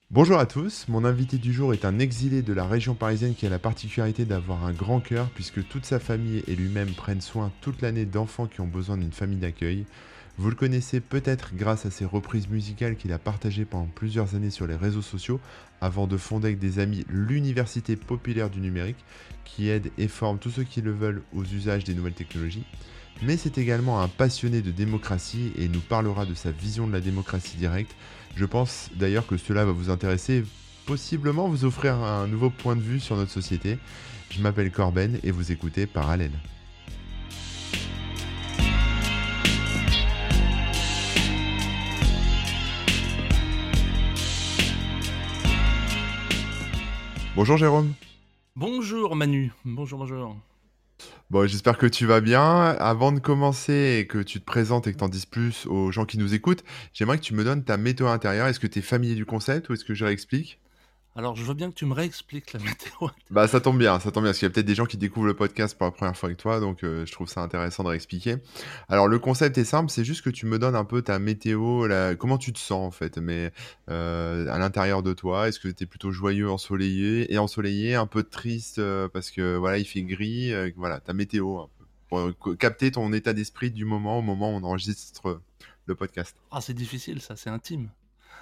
Bonjour à tous, mon invité du jour est un exilé de la région parisienne qui a la particularité d'avoir un grand cœur puisque toute sa famille et lui-même prennent soin toute l'année d'enfants qui ont besoin d'une famille d'accueil. Vous le connaissez peut-être grâce à ses reprises musicales qu'il a partagées pendant plusieurs années sur les réseaux sociaux avant de fonder avec des amis l'Université populaire du numérique qui aide et forme tous ceux qui le veulent aux usages des nouvelles technologies. Mais c'est également un passionné de démocratie et il nous parlera de sa vision de la démocratie directe. Je pense d'ailleurs que cela va vous intéresser et possiblement vous offrir un nouveau point de vue sur notre société. Je m'appelle Corben et vous écoutez Parallèle. Bonjour Jérôme. Bonjour Manu, bonjour. Bon, j'espère que tu vas bien. Avant de commencer et que tu te présentes et que tu en dises plus aux gens qui nous écoutent, j'aimerais que tu me donnes ta météo intérieure. Est-ce que tu es familier du concept ou est-ce que je réexplique? Alors je veux bien que tu me réexpliques la météo Bah intérieure. ça tombe bien, parce qu'il y a peut-être des gens qui découvrent le podcast pour la première fois avec toi, donc je trouve ça intéressant de réexpliquer. Alors le concept est simple, c'est juste que tu me donnes un peu ta météo, comment tu te sens en fait, mais à l'intérieur de toi, est-ce que tu es plutôt joyeux, ensoleillé, un peu triste parce que voilà, il fait gris, voilà, ta météo un peu, pour capter ton état d'esprit du moment au moment où on enregistre le podcast. Ah c'est difficile ça, c'est intime.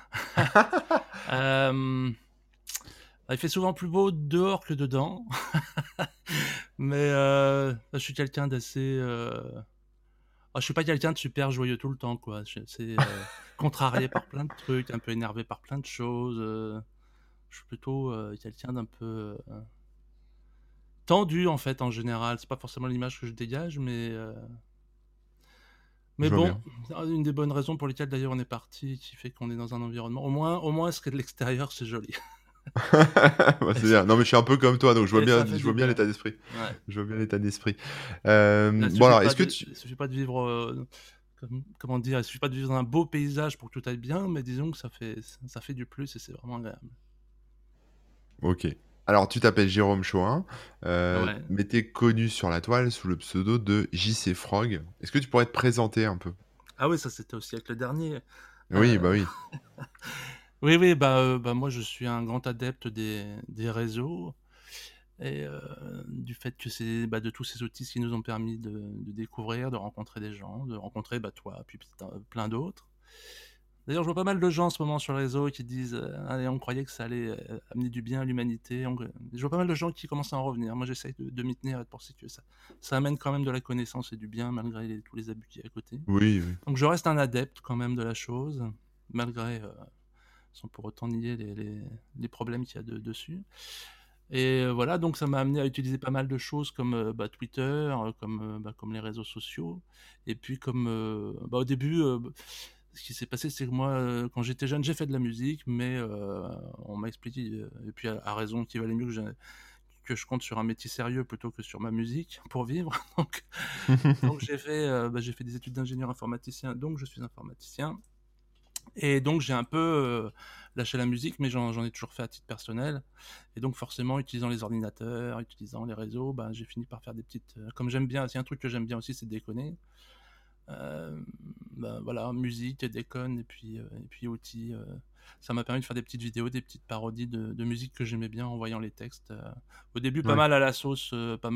Euh, Il fait souvent plus beau dehors que dedans, mais je suis quelqu'un d'assez... je suis pas quelqu'un de super joyeux tout le temps, quoi. Je suis assez contrarié par plein de trucs, un peu énervé par plein de choses. Je suis plutôt quelqu'un d'un peu tendu en fait en général. C'est pas forcément l'image que je dégage, mais Je vois bon, bien. une des bonnes raisons pour lesquelles d'ailleurs on est parti, qui fait qu'on est dans un environnement, au moins ce qui est de l'extérieur, c'est joli. Bah, Et c'est ça, bien. Non, mais je suis un peu comme toi, donc et ça fait je du vois bien bien. l'état d'esprit. Ouais. Je vois bien l'état d'esprit. Il Bon suffit alors, pas est-ce que de, tu... il suffit pas de vivre, comment dire, il suffit pas de vivre dans un beau paysage pour que tout aille bien, mais disons que ça fait du plus et c'est vraiment agréable. Ok. Alors, tu t'appelles Jérôme Choin, Ouais. mais t'es connu sur la toile sous le pseudo de JC Frog. Est-ce que tu pourrais te présenter un peu? Ah oui, ça c'était aussi avec le dernier. Oui, Euh, bah oui. oui, bah moi je suis un grand adepte des réseaux. Et du fait que c'est de tous ces outils qui nous ont permis de découvrir, de rencontrer des gens, de rencontrer toi, puis plein d'autres. D'ailleurs, je vois pas mal de gens en ce moment sur les réseaux qui disent allez, on croyait que ça allait amener du bien à l'humanité. Je vois pas mal de gens qui commencent à en revenir. Moi, j'essaye de m'y tenir et de penser que ça amène quand même de la connaissance et du bien, malgré tous les abus qu'il y a à côté. Oui, oui. Donc, je reste un adepte quand même de la chose, malgré, sans pour autant nier les problèmes qu'il y a dessus. Et voilà, donc ça m'a amené à utiliser pas mal de choses comme Twitter, comme les réseaux sociaux. Et puis au début, ce qui s'est passé, c'est que moi, quand j'étais jeune, j'ai fait de la musique, mais on m'a expliqué, et puis à raison, qu'il valait mieux que je compte sur un métier sérieux plutôt que sur ma musique pour vivre. Donc j'ai fait des études d'ingénieur informaticien, donc je suis informaticien. Et donc j'ai un peu lâché la musique, mais j'en ai toujours fait à titre personnel. Et donc forcément, utilisant les ordinateurs, utilisant les réseaux, j'ai fini par faire des petites... comme j'aime bien, c'est un truc que j'aime bien aussi, c'est déconner. Euh, voilà, musique, déconne, et puis outils. Ça m'a permis de faire des petites vidéos, des petites parodies de musique que j'aimais bien en voyant les textes. Au début, pas Ouais. mal à la sauce,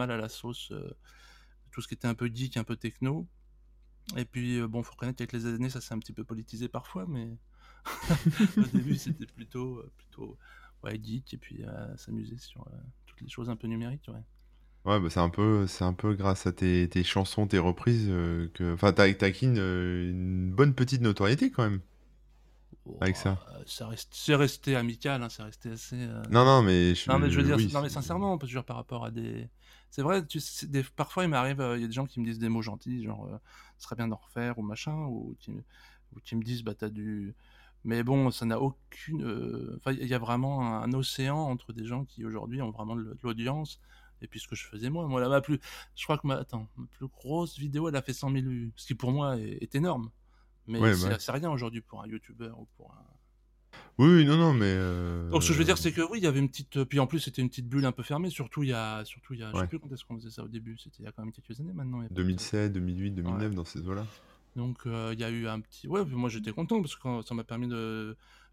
tout ce qui était un peu geek, un peu techno. Et puis, bon, faut reconnaître qu'avec les années, ça s'est un petit peu politisé parfois, mais au début, c'était plutôt ouais, geek et puis s'amuser sur toutes les choses un peu numériques, ouais. Ouais, bah c'est un peu grâce à tes chansons, tes reprises que... Enfin, t'as acquis une bonne petite notoriété quand même Oh, avec ça. c'est resté amical, hein, c'est resté assez. Non, non, mais Non, mais je veux dire, oui. non, mais sincèrement, parce que genre, par rapport à des. C'est vrai, parfois il m'arrive, il y a des gens qui me disent des mots gentils, genre, ce serait bien d'en refaire ou machin, ou qui me disent, t'as dû. Mais bon, ça n'a aucune. Enfin, il y a vraiment un océan entre des gens qui aujourd'hui ont vraiment de l'audience. Et puis ce que je faisais moi, je crois que ma plus grosse vidéo, elle a fait 100 000 vues, ce qui pour moi est énorme. Mais Ouais, bah, ouais. c'est rien aujourd'hui pour un youtubeur ou pour un. Oui, oui, non, non, mais Donc, ce que je veux dire, c'est que oui, il y avait une petite. Puis en plus, c'était une petite bulle un peu fermée. Je sais ouais. plus quand est-ce qu'on faisait ça au début. C'était il y a quand même quelques années maintenant. Il y a peut-être. 2007, 2008, Ouais. 2009, dans ces eaux-là. Donc, il y a eu un petit. Ouais, puis moi j'étais content parce que ça m'a permis de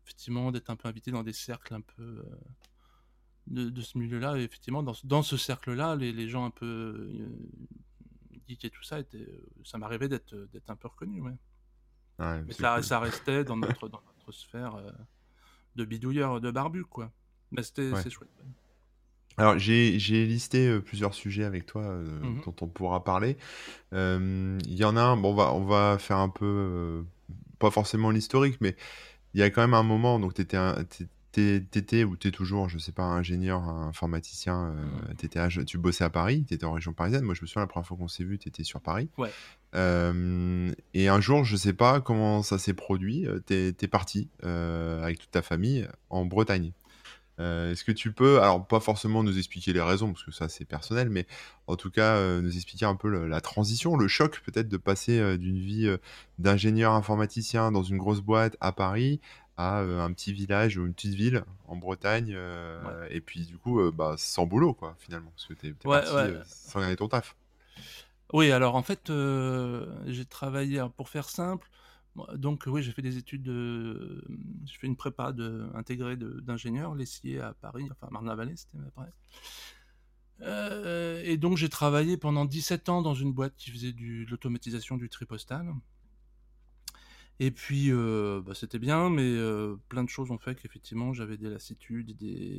effectivement, d'être un peu invité dans des cercles un peu de ce milieu-là. Et effectivement, dans ce cercle-là, les gens un peu geeks et tout ça, ça m'arrivait d'être un peu reconnu, ouais. Ouais, Mais c'est cool. ça restait dans notre sphère de bidouilleurs, de barbus, quoi. Mais Ouais. c'est chouette. Ouais. Alors, j'ai listé plusieurs sujets avec toi Mhm. dont on pourra parler. Il y en a un, bon, on va faire un peu, pas forcément l'historique, mais il y a quand même un moment, donc t'étais ou t'es toujours, je sais pas, ingénieur, informaticien, Mhm. tu bossais à Paris, t'étais en région parisienne. Moi, je me souviens la première fois qu'on s'est vu, t'étais sur Paris. Ouais. Et un jour, je sais pas comment ça s'est produit, t'es parti avec toute ta famille en Bretagne. Est-ce que tu peux, alors pas forcément nous expliquer les raisons, parce que ça c'est personnel, mais en tout cas nous expliquer un peu la transition, le choc peut-être de passer d'une vie d'ingénieur informaticien dans une grosse boîte à Paris à un petit village ou une petite ville en Bretagne, Ouais. et puis du coup bah, sans boulot quoi finalement, parce que t'es Ouais, parti ouais. sans gagner ton taf. Oui, alors en fait, j'ai travaillé, alors, pour faire simple, moi, donc oui, j'ai fait des études j'ai fait une prépa intégrée d'ingénieur, Lessier à Paris, enfin Marne-la-Vallée, c'était après. Et donc j'ai travaillé pendant 17 ans dans une boîte qui faisait de l'automatisation du tri postal. Et puis, bah, c'était bien, mais plein de choses ont fait qu'effectivement j'avais des lassitudes,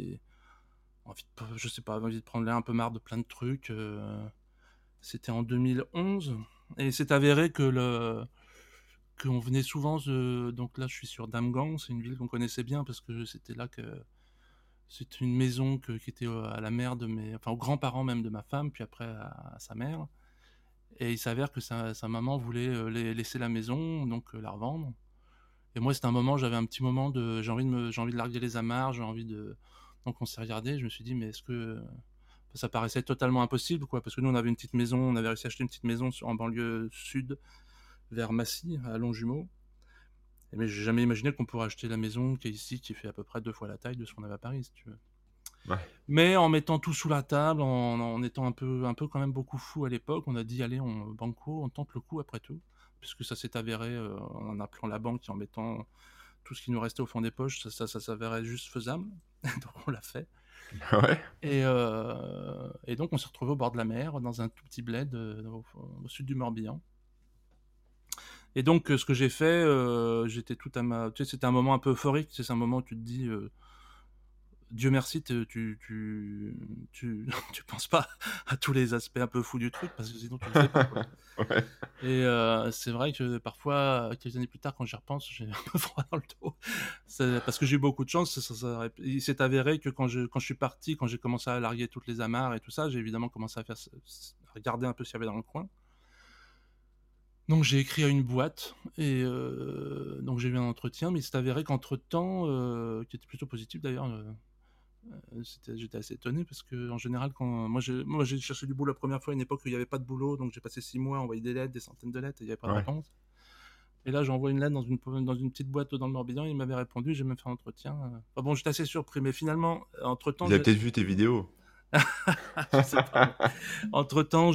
je sais pas, envie de prendre l'air, un peu marre de plein de trucs. C'était en 2011, et c'est avéré qu'on venait souvent donc là je suis sur Damgang, c'est une ville qu'on connaissait bien parce que c'était là que c'est une maison qui était à la mère enfin aux grands-parents même de ma femme, puis après à sa mère. Et il s'avère que sa maman voulait laisser la maison, donc la revendre. Et moi c'était un moment, j'avais un petit moment j'ai envie de larguer les amarres, donc on s'est regardé, je me suis dit mais est-ce que ça paraissait totalement impossible, quoi, parce que nous on avait une petite maison, on avait réussi à acheter une petite maison en banlieue sud, vers Massy, à Longjumeau. Mais j'ai jamais imaginé qu'on pourrait acheter la maison qui est ici, qui fait à peu près 2 fois la taille de ce qu'on avait à Paris, si tu veux. Ouais. Mais en mettant tout sous la table, en étant un peu quand même beaucoup fou à l'époque, on a dit allez, banco, on tente le coup après tout, puisque ça s'est avéré en appelant la banque et en mettant tout ce qui nous restait au fond des poches, ça s'avérait juste faisable. Donc on l'a fait. Ouais. Et donc on s'est retrouvé au bord de la mer, dans un tout petit bled au sud du Morbihan. Et donc ce que j'ai fait, j'étais tout à ma... Tu sais, c'était un moment un peu euphorique, c'est un moment où tu te dis... Dieu merci, tu penses pas à tous les aspects un peu fous du truc, parce que sinon tu le fais pas, quoi. Ouais. Et c'est vrai que parfois, quelques années plus tard, quand j'y repense, j'ai un peu froid dans le dos. Parce que j'ai eu beaucoup de chance. Il s'est avéré que quand je suis parti, quand j'ai commencé à larguer toutes les amarres et tout ça, j'ai évidemment commencé à regarder un peu ce qu'il y avait dans le coin. Donc j'ai écrit à une boîte, et donc j'ai eu un entretien, mais il s'est avéré qu'entre-temps, qui était plutôt positif d'ailleurs, j'étais assez étonné parce que en général, quand moi j'ai cherché du boulot la première fois à une époque où il n'y avait pas de boulot, donc j'ai passé 6 mois à envoyer des lettres, des centaines de lettres, et il n'y avait pas de Ouais. réponse. Et là, j'envoie une lettre dans une petite boîte dans le Morbihan, il m'avait répondu, j'ai même fait un entretien. Enfin bon, j'étais assez surpris, mais finalement, entre-temps, Ils avaient peut-être vu tes vidéos. je sais pas, mais entre-temps,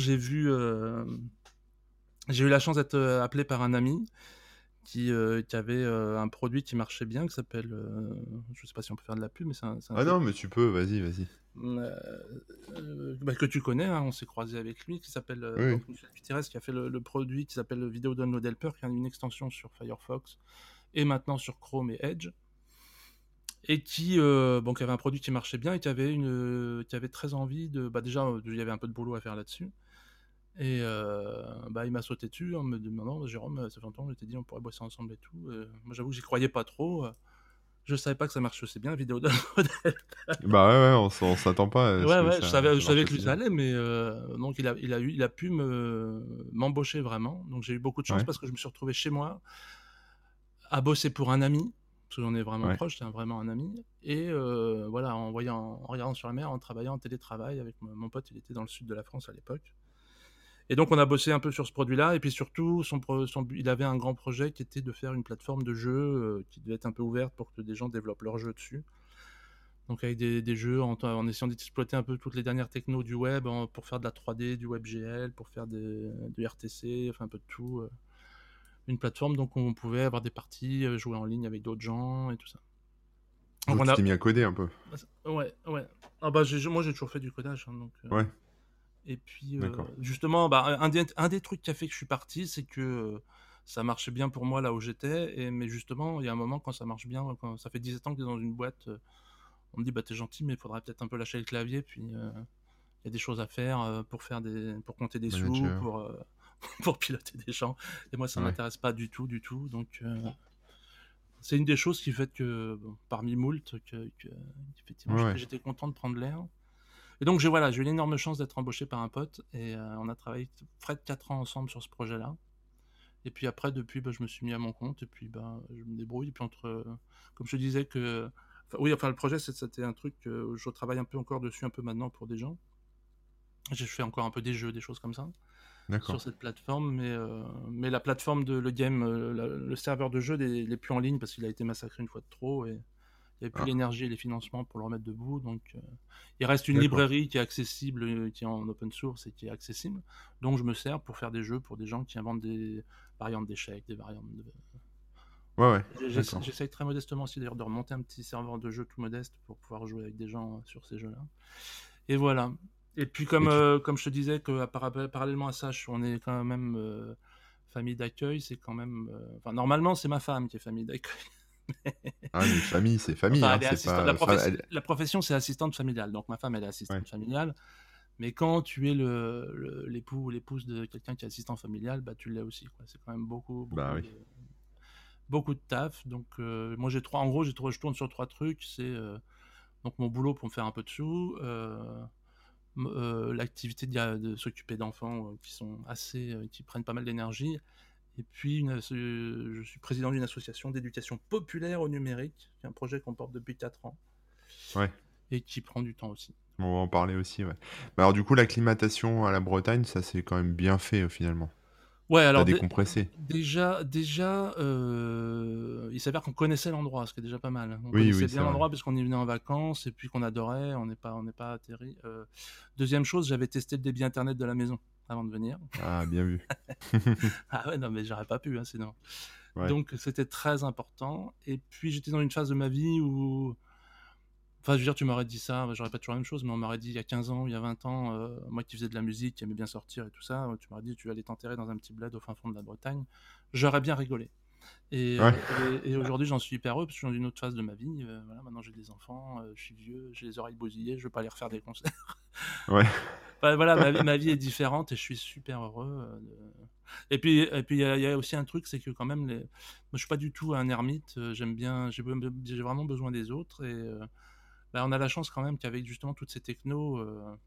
j'ai eu la chance d'être appelé par un ami qui avait un produit qui marchait bien, qui s'appelle, je sais pas si on peut faire de la pub, mais c'est un Ah truc non, mais tu peux, vas-y, vas-y. bah, que tu connais, hein, on s'est croisé avec lui, qui s'appelle Oui. donc Michel Gutiérrez, qui a fait le produit qui s'appelle le Video Download Helper, qui est une extension sur Firefox et maintenant sur Chrome et Edge, et qui avait un produit qui marchait bien et qui avait très envie déjà il y avait un peu de boulot à faire là-dessus, et il m'a sauté dessus en me demandant Jérôme, ça fait longtemps que je t'ai dit on pourrait bosser ensemble et tout. Moi j'avoue que j'y croyais pas trop, je savais pas que ça marche aussi bien, Video Download. Bah ouais, ouais, on s'attend pas à ce Ouais, que ouais, je ça marche savais que lui aussi ça bien. allait, mais donc il a pu m'embaucher vraiment. Donc j'ai eu beaucoup de chance Ouais, parce que je me suis retrouvé chez moi à bosser pour un ami, parce qu'on est vraiment ouais. proche, c'est vraiment un ami. Et voilà, en regardant sur la mer, en travaillant en télétravail avec mon pote, il était dans le sud de la France à l'époque. Et donc on a bossé un peu sur ce produit-là, et puis surtout il avait un grand projet qui était de faire une plateforme de jeux qui devait être un peu ouverte pour que des gens développent leurs jeux dessus. Donc avec des jeux en essayant d'exploiter un peu toutes les dernières technos du web pour faire de la 3D, du WebGL, pour faire du RTC, enfin un peu de tout. Une plateforme donc où on pouvait avoir des parties, jouer en ligne avec d'autres gens et tout ça. Donc Donc on tu a... t'es mis à coder un peu. Ouais, ouais. Ah bah, moi, j'ai toujours fait du codage, hein, donc... Ouais, Et puis, d'accord. justement, bah, un des trucs qui a fait que je suis parti, c'est que ça marchait bien pour moi là où j'étais. Mais justement, il y a un moment, quand ça marche bien, quand ça fait 17 ans que tu es dans une boîte, on me dit, bah, t'es gentil, mais il faudrait peut-être un peu lâcher le clavier. Puis, il y a des choses à faire pour compter des sous, Manager. pour piloter des gens. Et moi, ça Ouais, m'intéresse pas du tout, du tout. Donc, c'est une des choses qui fait que, bon, parmi moult, effectivement, ouais, ouais. j'étais content de prendre l'air. Et donc, j'ai eu l'énorme chance d'être embauché par un pote et on a travaillé près de 4 ans ensemble sur ce projet-là. Et puis après, depuis, bah, je me suis mis à mon compte et puis bah, je me débrouille. Et puis comme je te disais que, enfin, oui, enfin le projet, c'était un truc que je travaille un peu encore dessus, un peu maintenant pour des gens. J'ai fait encore un peu des jeux, des choses comme ça sur D'accord. cette plateforme, mais la plateforme le game, le serveur de jeu n'est plus en ligne parce qu'il a été massacré une fois de trop et il n'y avait plus Ah, l'énergie et les financements pour le remettre debout. Donc, il reste une d'accord. librairie qui est accessible, qui est en open source et qui est accessible. Donc, je me sers pour faire des jeux pour des gens qui inventent des variantes d'échecs, des variantes de... Ouais, ouais, d'accord. J'essaye très modestement aussi d'ailleurs de remonter un petit serveur de jeu tout modeste pour pouvoir jouer avec des gens sur ces jeux-là. Et voilà. Et puis, Et tu... comme je te disais, parallèlement à ça, on est quand même famille d'accueil. C'est quand même. Enfin, normalement, c'est ma femme qui est famille d'accueil. Ah, mais famille, c'est famille, Enfin, hein, elle est c'est assistante. pas... Enfin, elle... La profession, c'est assistante familiale. Donc, ma femme, elle est Ouais, assistante familiale. Mais quand tu es l'époux ou l'épouse de quelqu'un qui est assistant familial, bah, tu l'es aussi, quoi. C'est quand même bah oui. beaucoup de taf. Donc, moi, en gros, je tourne sur 3 trucs. C'est donc mon boulot pour me faire un peu de sous, l'activité de s'occuper d'enfants qui prennent pas mal d'énergie. Et puis, je suis président d'une association d'éducation populaire au numérique, qui est un projet qu'on porte depuis 4 ans Ouais, et qui prend du temps aussi. on va en parler aussi, ouais. Bah alors du coup, l'acclimatation à la Bretagne, ça c'est quand même bien fait finalement. Ouais, T'as alors décompressé. déjà, il s'avère qu'on connaissait l'endroit, ce qui est déjà pas mal. On Oui, connaissait oui, bien c'est vrai. l'endroit puisqu'on y venait en vacances et puis qu'on adorait, on n'est pas atterri. Deuxième chose, j'avais testé le débit internet de la maison avant de venir. Ah, bien vu. Ah ouais, non, mais j'aurais pas pu, hein, sinon. Ouais, Donc c'était très important. Et puis j'étais dans une phase de ma vie où, enfin, je veux dire, tu m'aurais dit ça, j'aurais pas toujours la même chose, mais on m'aurait dit il y a 15 ans, il y a 20 ans, moi qui faisais de la musique, qui aimais bien sortir et tout ça, tu m'aurais dit tu vas aller t'enterrer dans un petit bled au fin fond de la Bretagne. J'aurais bien rigolé. ouais, Et aujourd'hui, j'en suis hyper heureux parce que je suis dans une autre phase de ma vie. Voilà, maintenant j'ai des enfants, je suis vieux, j'ai les oreilles bousillées, je veux pas aller refaire des concerts. ouais. Enfin, voilà, ma vie est différente et je suis super heureux. Et puis il y a aussi un truc, c'est que quand même, moi je suis pas du tout un ermite. J'aime bien, j'ai vraiment besoin des autres et bah, on a la chance quand même qu'avec justement toutes ces technos.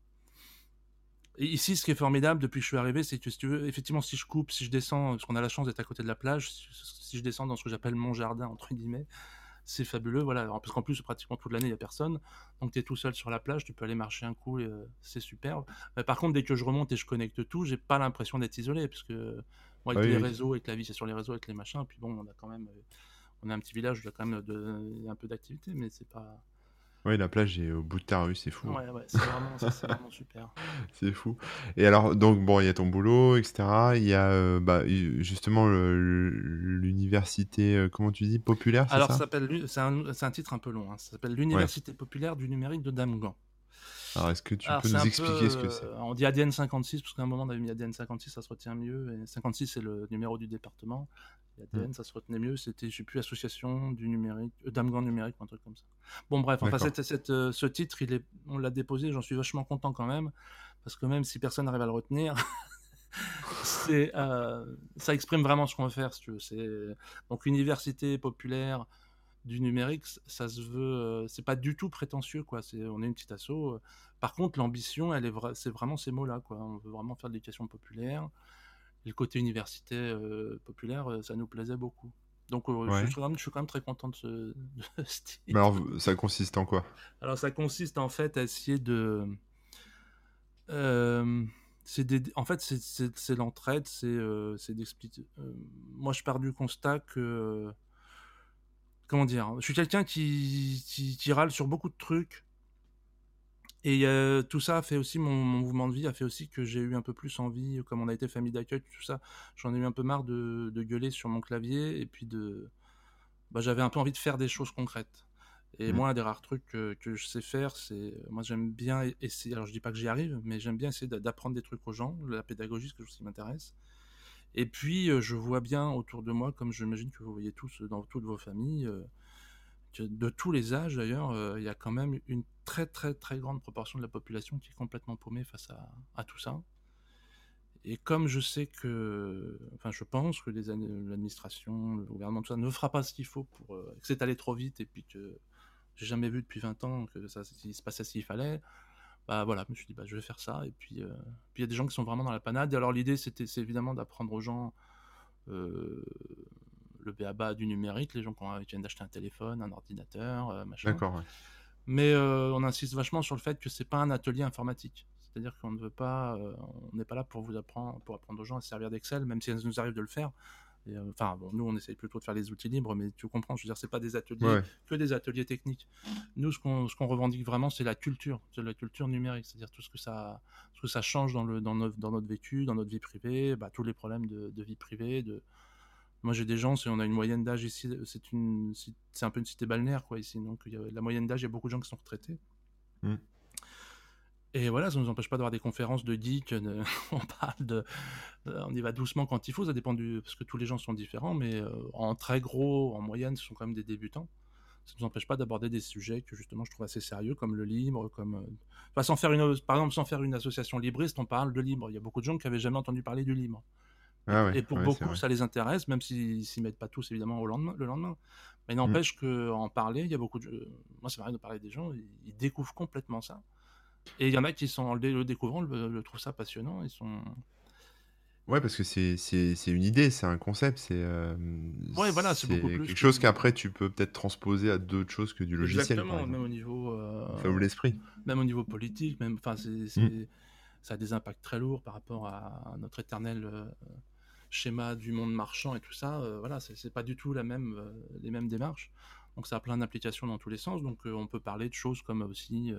Et ici, ce qui est formidable depuis que je suis arrivé, c'est que si tu veux, effectivement, si je coupe, si je descends, parce qu'on a la chance d'être à côté de la plage, si je descends dans ce que j'appelle mon jardin, entre guillemets, c'est fabuleux. Voilà. Alors, parce qu'en plus, pratiquement toute l'année, il n'y a personne. Donc, tu es tout seul sur la plage, tu peux aller marcher un coup et c'est superbe. Mais par contre, dès que je remonte et je connecte tout, j'ai pas l'impression d'être isolé, parce que moi, Ah avec oui, les oui. réseaux, avec la vie, c'est sur les réseaux, avec les machins. Puis bon, on a quand même, on a un petit village, il y a quand même il y a un peu d'activité, mais c'est pas. Ouais, la plage est au bout de ta rue, c'est fou. Ouais, ouais, c'est vraiment super. C'est fou. Et alors, donc, bon, il y a ton boulot, etc. Il y a bah, justement l'université, comment tu dis, populaire, c'est Alors, ça? c'est un titre un peu long, hein. Ça s'appelle Ouais. l'Université populaire du numérique de Damghan. Alors, est-ce que tu Alors, peux c'est nous un peu. expliquer ce que c'est? On dit ADN 56, parce qu'à un moment, on avait mis ADN 56, ça se retient mieux. Et 56, c'est le numéro du département. Et Hmm, ADN, ça se retenait mieux. C'était, je sais plus, Association du numérique, Damghan numérique, ou un truc comme ça. Bon, bref, enfin, d'accord. ce titre, on l'a déposé, j'en suis vachement content quand même. Parce que même si personne n'arrive à le retenir, ça exprime vraiment ce qu'on veut faire, si tu veux. Donc, Université populaire du numérique, ça se veut, c'est pas du tout prétentieux, quoi. On est une petite asso. Par contre, l'ambition, c'est vraiment ces mots-là, quoi. On veut vraiment faire de l'éducation populaire. Et le côté université populaire, ça nous plaisait beaucoup. Donc, Ouais. je suis quand même très content de ce Mais titre. alors, ça consiste en quoi? Alors, ça consiste en fait à essayer de. euh, en fait, c'est l'entraide, c'est d'expliquer. Moi, je pars du constat que. Comment dire? Je suis quelqu'un qui râle sur beaucoup de trucs. Et tout ça a fait aussi, mon mouvement de vie a fait aussi que j'ai eu un peu plus envie, comme on a été famille d'accueil, tout ça, j'en ai eu un peu marre de gueuler sur mon clavier, et puis bah, j'avais un peu envie de faire des choses concrètes. Et Mm. moi, un des rares trucs que je sais faire, c'est, moi j'aime bien essayer, alors je dis pas que j'y arrive, mais j'aime bien essayer d'apprendre des trucs aux gens, la pédagogie, c'est quelque chose qui m'intéresse. Et puis, je vois bien autour de moi, comme j'imagine que vous voyez tous dans toutes vos familles, que de tous les âges d'ailleurs, il y a quand même une très très très grande proportion de la population qui est complètement paumée face à tout ça. Et comme je sais que, enfin, je pense que l'administration, le gouvernement, tout ça ne fera pas ce qu'il faut pour que c'est allé trop vite et puis que j'ai jamais vu depuis 20 ans que ça il se passait s'il fallait. Bah voilà, je me suis dit bah je vais faire ça et puis il y a des gens qui sont vraiment dans la panade. Et alors l'idée c'est évidemment d'apprendre aux gens euh, le b.a.-ba du numérique, les gens qui viennent d'acheter un téléphone, un ordinateur, machin. D'accord, ouais. Mais on insiste vachement sur le fait que c'est pas un atelier informatique. C'est-à-dire qu'on ne veut pas, on n'est pas là pour pour apprendre aux gens à se servir d'Excel, même si ça nous arrive de le faire. Enfin, bon, nous, on essaye plutôt de faire les outils libres, mais tu comprends, je veux dire, c'est pas des Ouais, ateliers, ouais. que des ateliers techniques. Nous, ce qu'on revendique vraiment, c'est la culture numérique, c'est-à-dire tout ce que ça change dans notre vécu, dans notre vie privée, bah, tous les problèmes de vie privée. Moi, j'ai des gens, on a une moyenne d'âge ici, c'est un peu une cité balnéaire, quoi, ici. Donc, la moyenne d'âge, il y a beaucoup de gens qui sont retraités. Mm. Et voilà, ça ne nous empêche pas d'avoir des conférences de geeks, on parle on y va doucement quand il faut, ça dépend parce que tous les gens sont différents, mais en très gros, en moyenne, ce sont quand même des débutants. Ça ne nous empêche pas d'aborder des sujets que justement je trouve assez sérieux, comme le libre, enfin, par exemple, sans faire une association libriste, on parle de libre. Il y a beaucoup de gens qui n'avaient jamais entendu parler du libre. Ah ouais, Et pour ouais, c'est beaucoup, vrai. ça les intéresse, même s'ils s'y mettent pas tous évidemment le lendemain. Mais il Mm. n'empêche qu'en parler, il y a beaucoup moi, ça m'arrive de parler des gens, ils découvrent complètement ça. Et il y en a qui sont, en le découvrant, le trouvent ça passionnant. Ils sont. Ouais, parce que c'est une idée, c'est un concept, Ouais, voilà, c'est beaucoup c'est plus quelque que chose du. qu'après tu peux peut-être transposer à d'autres choses que du logiciel, par Exactement, exemple. Donc ça ouvre l'esprit. même au niveau politique, même, enfin, Mm. ça a des impacts très lourds par rapport à notre éternel schéma du monde marchand et tout ça. Voilà, c'est pas du tout les mêmes démarches. Donc ça a plein d'implications dans tous les sens. Donc on peut parler de choses comme aussi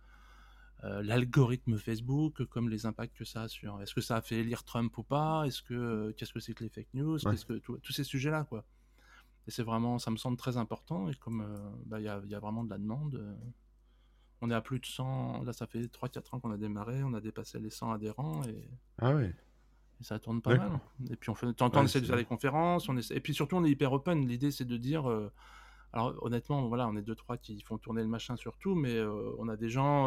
l'algorithme Facebook, comme les impacts que ça a sur. Est-ce que ça a fait élire Trump ou pas? Qu'est-ce que c'est que les fake news? Ouais. Qu'est-ce que tous ces sujets-là, quoi. Et c'est vraiment, ça me semble très important. Et comme bah, y a vraiment de la demande. On est à plus de 100, là ça fait 3-4 ans qu'on a démarré, on a dépassé les 100 adhérents Ah ouais, et ça tourne pas mal. d'accord. Et puis de temps en temps on Ouais, essaie de c'est faire bien. des conférences, et puis surtout on est hyper open. L'idée c'est de dire, alors honnêtement voilà, on est deux trois qui font tourner le machin surtout, mais on a des gens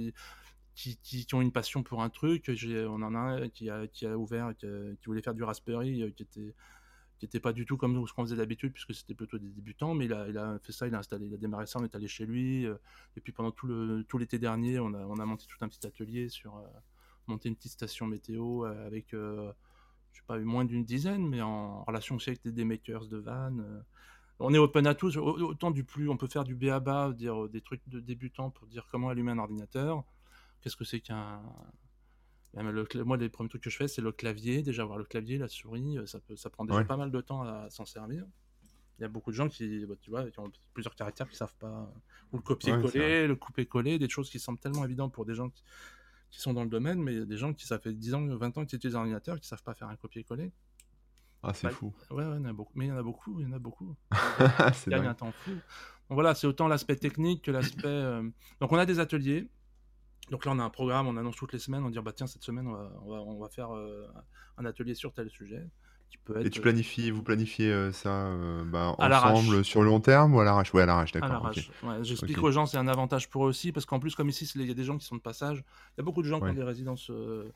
qui ont une passion pour un truc. On en a un qui a ouvert, qui voulait faire du Raspberry, qui était pas du tout comme ce qu'on faisait d'habitude, puisque c'était plutôt des débutants, mais il a fait ça, il a démarré ça, on est allé chez lui, et puis pendant tout l'été dernier, on a monté tout un petit atelier sur monter une petite station météo avec, je sais pas, moins d'une dizaine, mais en relation aussi avec des makers de vannes. On est open à tous, autant on peut faire du b.a.-ba, dire des trucs de débutants pour dire comment allumer un ordinateur, qu'est-ce que c'est qu'un. Moi, les premiers trucs que je fais, c'est le clavier. Déjà, avoir le clavier, la souris, ça prend déjà Ouais, pas mal de temps à s'en servir. Il y a beaucoup de gens qui, bah, tu vois, qui ont plusieurs caractères qui savent pas. Ou le ouais, c'est vrai. copier-coller, le couper-coller, des choses qui semblent tellement évidentes pour des gens qui sont dans le domaine, mais il y a des gens ça fait 10 ans, 20 ans qu'ils utilisent un ordinateur, qui savent pas faire un copier-coller. Ah, c'est Bah, fou. ouais, ouais, il y en a beaucoup. Mais il y en a beaucoup, il y en a beaucoup. C'est Ils gagnent dingue. un temps fou. Donc voilà, c'est autant l'aspect technique que l'aspect. Donc on a des ateliers. Donc là, on a un programme, on annonce toutes les semaines, on dit bah tiens, cette semaine, on va faire un atelier sur tel sujet, qui peut Et être vous planifiez ça bah, à l'arrache. ensemble sur le long terme ou à l'arrache? Ouais, à l'arrache, À d'accord, ok. l'arrache. Ouais, Ok, j'explique aux gens, c'est un avantage pour eux aussi, parce qu'en plus, comme ici, il y a des gens qui sont de passage. Il y a beaucoup de gens qui ont ouais, des résidences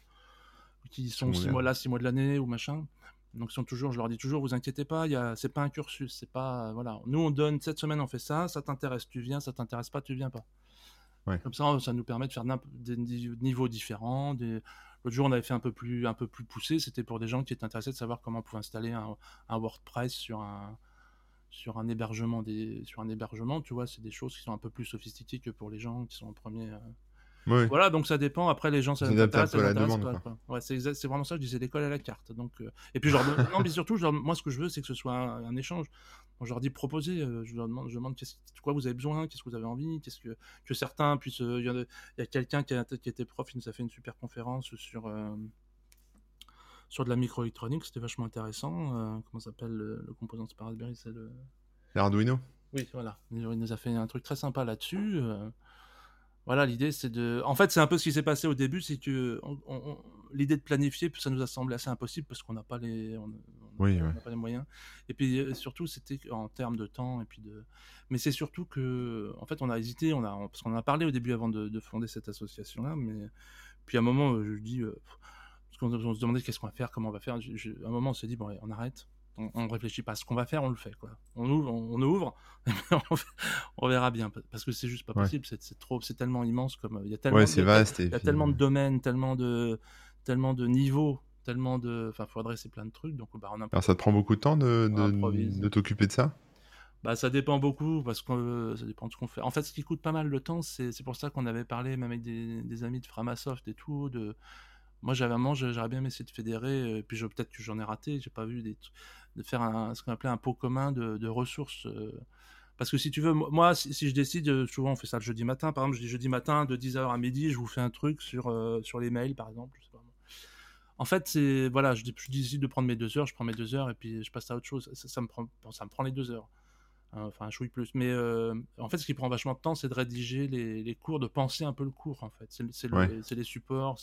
qui sont 6 secondaire. mois là, 6 mois de l'année ou machin. Donc je leur dis toujours, vous inquiétez pas, c'est pas un cursus, c'est pas voilà. Nous on donne cette semaine on fait ça, ça t'intéresse tu viens, ça t'intéresse pas tu viens pas. Ouais. Comme ça nous permet de faire des niveaux différents. L'autre jour on avait fait un peu plus poussé, c'était pour des gens qui étaient intéressés de savoir comment on pouvait installer un WordPress sur un hébergement, tu vois, c'est des choses qui sont un peu plus sophistiquées que pour les gens qui sont en premier. Ouais, Voilà, donc ça dépend. Après, les gens, on ça les s'adapte un intéresse, ça peu à les la intéresse demande, pas, quoi. quoi. Ouais, c'est vraiment ça, je disais l'école à la carte. Donc, et puis, non, mais surtout, moi, ce que je veux, c'est que ce soit un échange. Moi, je leur dis proposer, je demande de quoi vous avez besoin, qu'est-ce que vous avez envie, que certains puissent. Il y a quelqu'un qui était prof, il nous a fait une super conférence sur de la microélectronique, c'était vachement intéressant. Comment s'appelle le composant de Raspberry, c'est le. L'Arduino? Oui, voilà. Il nous a fait un truc très sympa là-dessus. Voilà, l'idée c'est de. En fait, c'est un peu ce qui s'est passé au début, c'est que l'idée de planifier, ça nous a semblé assez impossible parce qu'on n'a pas Oui, ouais. on n'a pas les moyens. Et puis surtout, c'était en termes de temps et puis de. Mais c'est surtout que, en fait, on a hésité, parce qu'on en a parlé au début avant de fonder cette association-là, mais puis à un moment, je dis, parce qu'on se demandait qu'est-ce qu'on va faire, comment on va faire. À un moment, on s'est dit bon, allez, on arrête. On réfléchit pas à ce qu'on va faire, on le fait quoi. On ouvre, on verra bien parce que c'est juste pas Ouais. possible. C'est tellement immense comme il y a Ouais, tellement c'est vaste et il y a puis, tellement de domaines, tellement de niveaux, tellement de, enfin, faut adresser plein de trucs. Donc bah alors ça te prend beaucoup de temps de on improvise. de t'occuper de ça? Bah ça dépend beaucoup parce que ça dépend de ce qu'on fait. En fait, ce qui coûte pas mal de temps, c'est pour ça qu'on avait parlé même avec des amis de Framasoft et tout. Moi, j'aurais bien essayé de fédérer, puis peut-être que j'en ai raté, j'ai pas vu de faire ce qu'on appelait un pot commun de ressources. Parce que si tu veux, moi, si je décide, souvent on fait ça le jeudi matin, par exemple, je dis jeudi matin de 10h à midi, je vous fais un truc sur les mails, par exemple. Je sais pas moi. En fait, voilà, je décide de prendre mes 2 heures, je prends mes 2 heures et puis je passe à autre chose. Ça me prend les 2 heures. Enfin, un chouille plus. Mais en fait, ce qui prend vachement de temps, c'est de rédiger les cours, de penser un peu le cours, en fait. Ouais. C'est les supports,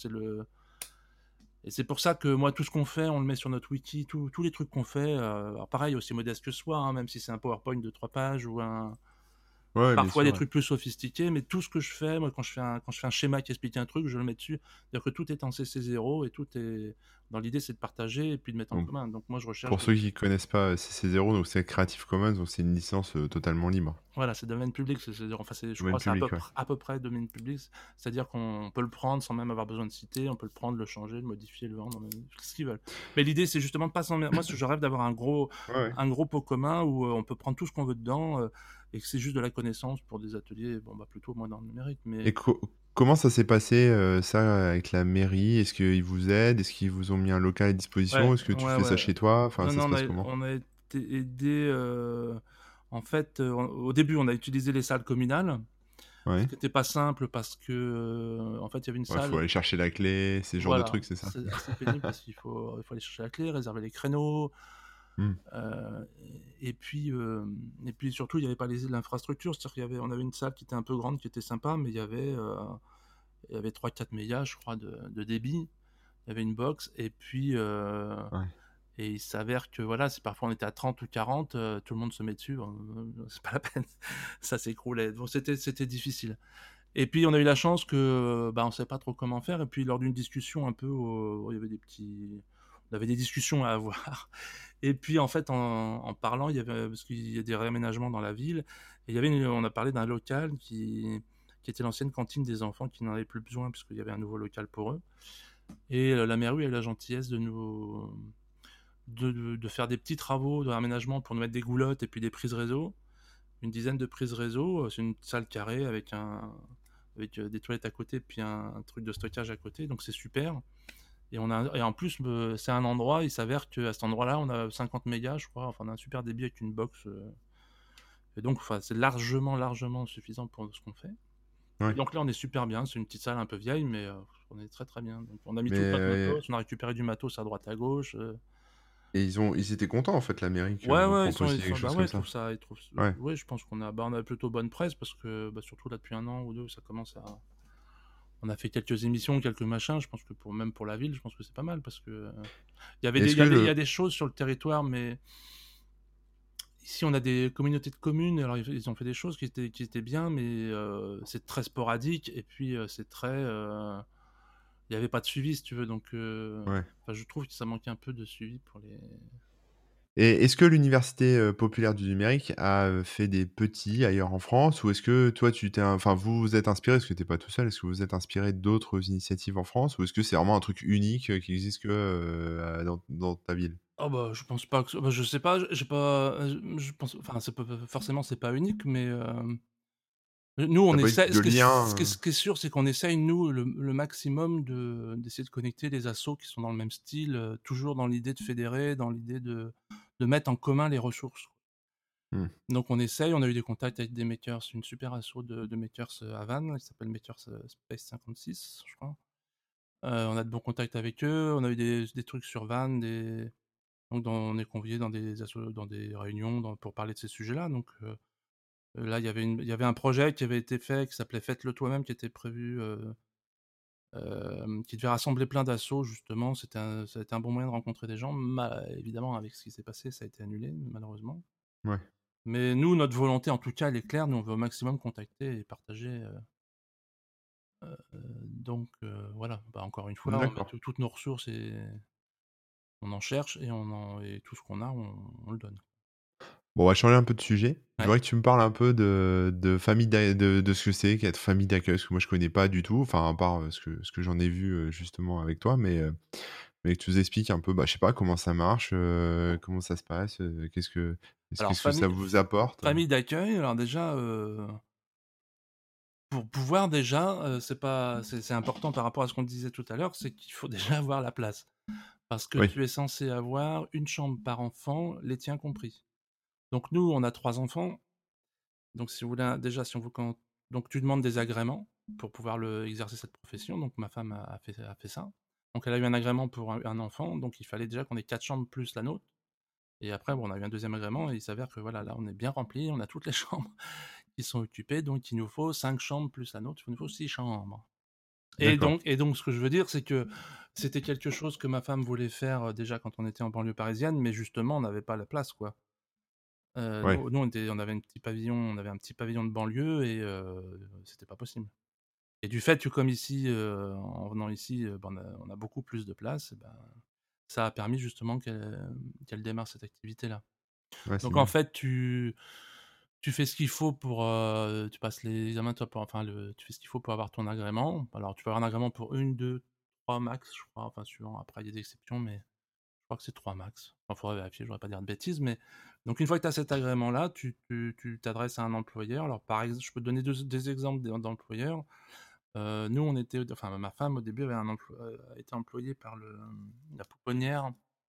et c'est pour ça que moi, tout ce qu'on fait, on le met sur notre wiki, tous les trucs qu'on fait. Alors pareil, aussi modeste que soi, hein, même si c'est un PowerPoint de 3 pages ou Ouais, bien parfois sûr, des ouais. trucs plus sophistiqués, mais tout ce que je fais, moi, quand je fais un schéma qui explique un truc, je le mets dessus. C'est-à-dire que tout est en CC0 et tout est. Dans l'idée, c'est de partager et puis de mettre en Donc commun. Donc moi, je recherche pour ceux qui connaissent pas, CC0, donc c'est Creative Commons, donc c'est une licence, totalement libre. Voilà, c'est domaine public, enfin, je Domaine crois que c'est public, ouais. à peu près domaine public, c'est-à-dire qu'on peut le prendre sans même avoir besoin de citer, on peut le prendre, le changer, le modifier, le vendre, ce qu'ils veulent. Mais l'idée, c'est justement de pas s'emmerder. Moi, je rêve d'avoir Ouais, ouais. un gros pot commun où on peut prendre tout ce qu'on veut dedans et que c'est juste de la connaissance pour des ateliers, bon, bah plutôt moins dans le numérique, Et mais comment ça s'est passé, ça, avec la mairie? Est-ce qu'ils vous aident? Est-ce qu'ils vous ont mis un local à disposition? ouais, Est-ce que tu ouais, fais ça ouais. chez toi? Enfin, Non, ça se non, passe comment? on a été aidé. En fait, au début, on a utilisé les salles communales. Ce Ouais. qui n'était pas simple parce que, en fait, il y avait une Ouais, faut salle. aller chercher la clé, ces genres de Voilà, trucs, c'est ça? c'est assez pénible parce qu'il faut aller chercher la clé, réserver les créneaux, Mmh. et puis surtout, il n'y avait pas l'infrastructure, c'est-à-dire on avait une salle qui était un peu grande, qui était sympa, mais il y avait 3-4 mégas, je crois, de débit. Il y avait une box, Ouais. et il s'avère que voilà, si parfois on était à 30 ou 40, tout le monde se met dessus, c'est pas la peine, ça s'écroulait. Donc c'était difficile. Et puis on a eu la chance que bah, on savait pas trop comment faire. Et puis lors d'une discussion un peu, il y avait on avait des discussions à avoir. Et puis en fait en parlant, parce qu'il y a des réaménagements dans la ville, et on a parlé d'un local qui était l'ancienne cantine des enfants qui n'en avaient plus besoin puisqu'il y avait un nouveau local pour eux. Et la mairie a eu la gentillesse de faire des petits travaux de réaménagement pour nous mettre des goulottes et puis des prises réseau, une dizaine de prises réseau. C'est une salle carrée avec des toilettes à côté, puis un truc de stockage à côté, donc c'est super. Et en plus, c'est un endroit, il s'avère qu'à cet endroit-là, on a 50 mégas, je crois, enfin on a un super débit avec une box. Et donc, enfin, c'est largement, largement suffisant pour ce qu'on fait. Et Ouais. donc là, on est super bien, c'est une petite salle un peu vieille, mais on est très très bien. Donc, on a mis Mais, tout notre matos, on a récupéré du matos à droite à gauche. et ils étaient contents, en fait, la mairie, que Ouais, vous ouais, proposiez quelque bah chose ouais, comme ça? ils trouvent, Ouais. ouais, je pense on a plutôt bonne presse parce que, bah, surtout là, depuis un an ou deux, on a fait quelques émissions, quelques machins. Je pense que même pour la ville, je pense que c'est pas mal parce que Est-ce que il y a le des choses sur le territoire, mais ici on a des communautés de communes. Alors ils ont fait des choses qui étaient bien, mais c'est très sporadique et puis c'est très, il y avait pas de suivi si tu veux. Donc, ouais. enfin, je trouve que ça manquait un peu de suivi pour les. Et est-ce que l'Université, populaire du numérique a, fait des petits ailleurs en France? Ou est-ce que toi tu t'es enfin vous vous êtes inspiré, parce que tu es pas tout seul, est-ce que vous êtes inspiré d'autres initiatives en France? Ou est-ce que c'est vraiment un truc unique, qui existe que, dans ta ville? Oh bah, je pense pas bah, je sais pas, j'ai pas, je pense, enfin, forcément, c'est pas unique, mais nous, Tu on as pas eu essaie. de lien, Ce qui est sûr, c'est qu'on essaye, nous, le maximum d'essayer de connecter les assos qui sont dans le même style, toujours dans l'idée de fédérer, dans l'idée de mettre en commun les ressources. Mmh, Donc on essaye, on a eu des contacts avec des makers, une super asso de makers à Vannes, qui s'appelle Makers Space 56, je crois. On a de bons contacts avec eux, on a eu des trucs sur Vannes, on est convié dans des réunions pour parler de ces sujets-là. Donc Là, il y avait un projet qui avait été fait, qui s'appelait Faites-le toi-même, qui était prévu, qui devait rassembler plein d'assauts justement. Ça a été un bon moyen de rencontrer des gens. Évidemment, avec ce qui s'est passé, ça a été annulé malheureusement. Ouais. Mais nous, notre volonté en tout cas, elle est claire. Nous, on veut au maximum contacter et partager, donc voilà. Bah, encore une fois, on met D'accord. toutes nos ressources et on en cherche et tout ce qu'on a, on le donne. Bon, on va changer un peu de sujet. Je Ouais. voudrais que tu me parles un peu de famille de ce que c'est qu'être famille d'accueil, parce que moi je connais pas du tout, enfin à part, ce que j'en ai vu, justement avec toi, mais que tu nous expliques un peu, bah, je sais pas comment ça marche, comment ça se passe, Alors qu'est-ce que ça vous apporte? famille d'accueil, alors déjà, pour pouvoir déjà, c'est important par rapport à ce qu'on disait tout à l'heure, c'est qu'il faut déjà avoir la place. Parce que Oui, tu es censé avoir une chambre par enfant, les tiens compris. Donc nous, on a 3 enfants, donc si vous voulez déjà si on vous quand donc tu demandes des agréments pour pouvoir exercer cette profession, donc ma femme a fait ça. Donc elle a eu un agrément pour un enfant, donc il fallait déjà qu'on ait 4 chambres plus la nôtre et après bon, on a eu un deuxième agrément et il s'avère que voilà, là on est bien rempli, on a toutes les chambres qui sont occupées, donc il nous faut 5 chambres plus la nôtre, il nous faut 6 chambres. d'accord. Et donc, ce que je veux dire, c'est que c'était quelque chose que ma femme voulait faire déjà quand on était en banlieue parisienne, mais justement, on n'avait pas la place, quoi. Ouais, On avait on avait un petit pavillon de banlieue et c'était pas possible. Et du fait que comme ici, en venant ici, ben, on a beaucoup plus de place, et ben, ça a permis justement qu'elle démarre cette activité-là. ouais, c'est Donc en bien. fait, tu fais ce qu'il faut pour, tu passes les examens, toi, tu fais ce qu'il faut pour avoir ton agrément. Alors tu peux avoir un agrément pour une, 2, 3 max, je crois, enfin suivant, après il y a des exceptions, mais je crois que c'est 3 max. Enfin, faudrait vérifier, je voudrais pas dire de bêtises, mais donc une fois que tu as cet agrément-là, tu t'adresses à un employeur. Alors par exemple, je peux te donner des exemples d'employeurs. Nous on était enfin ma femme au début a été employée par la pouponnière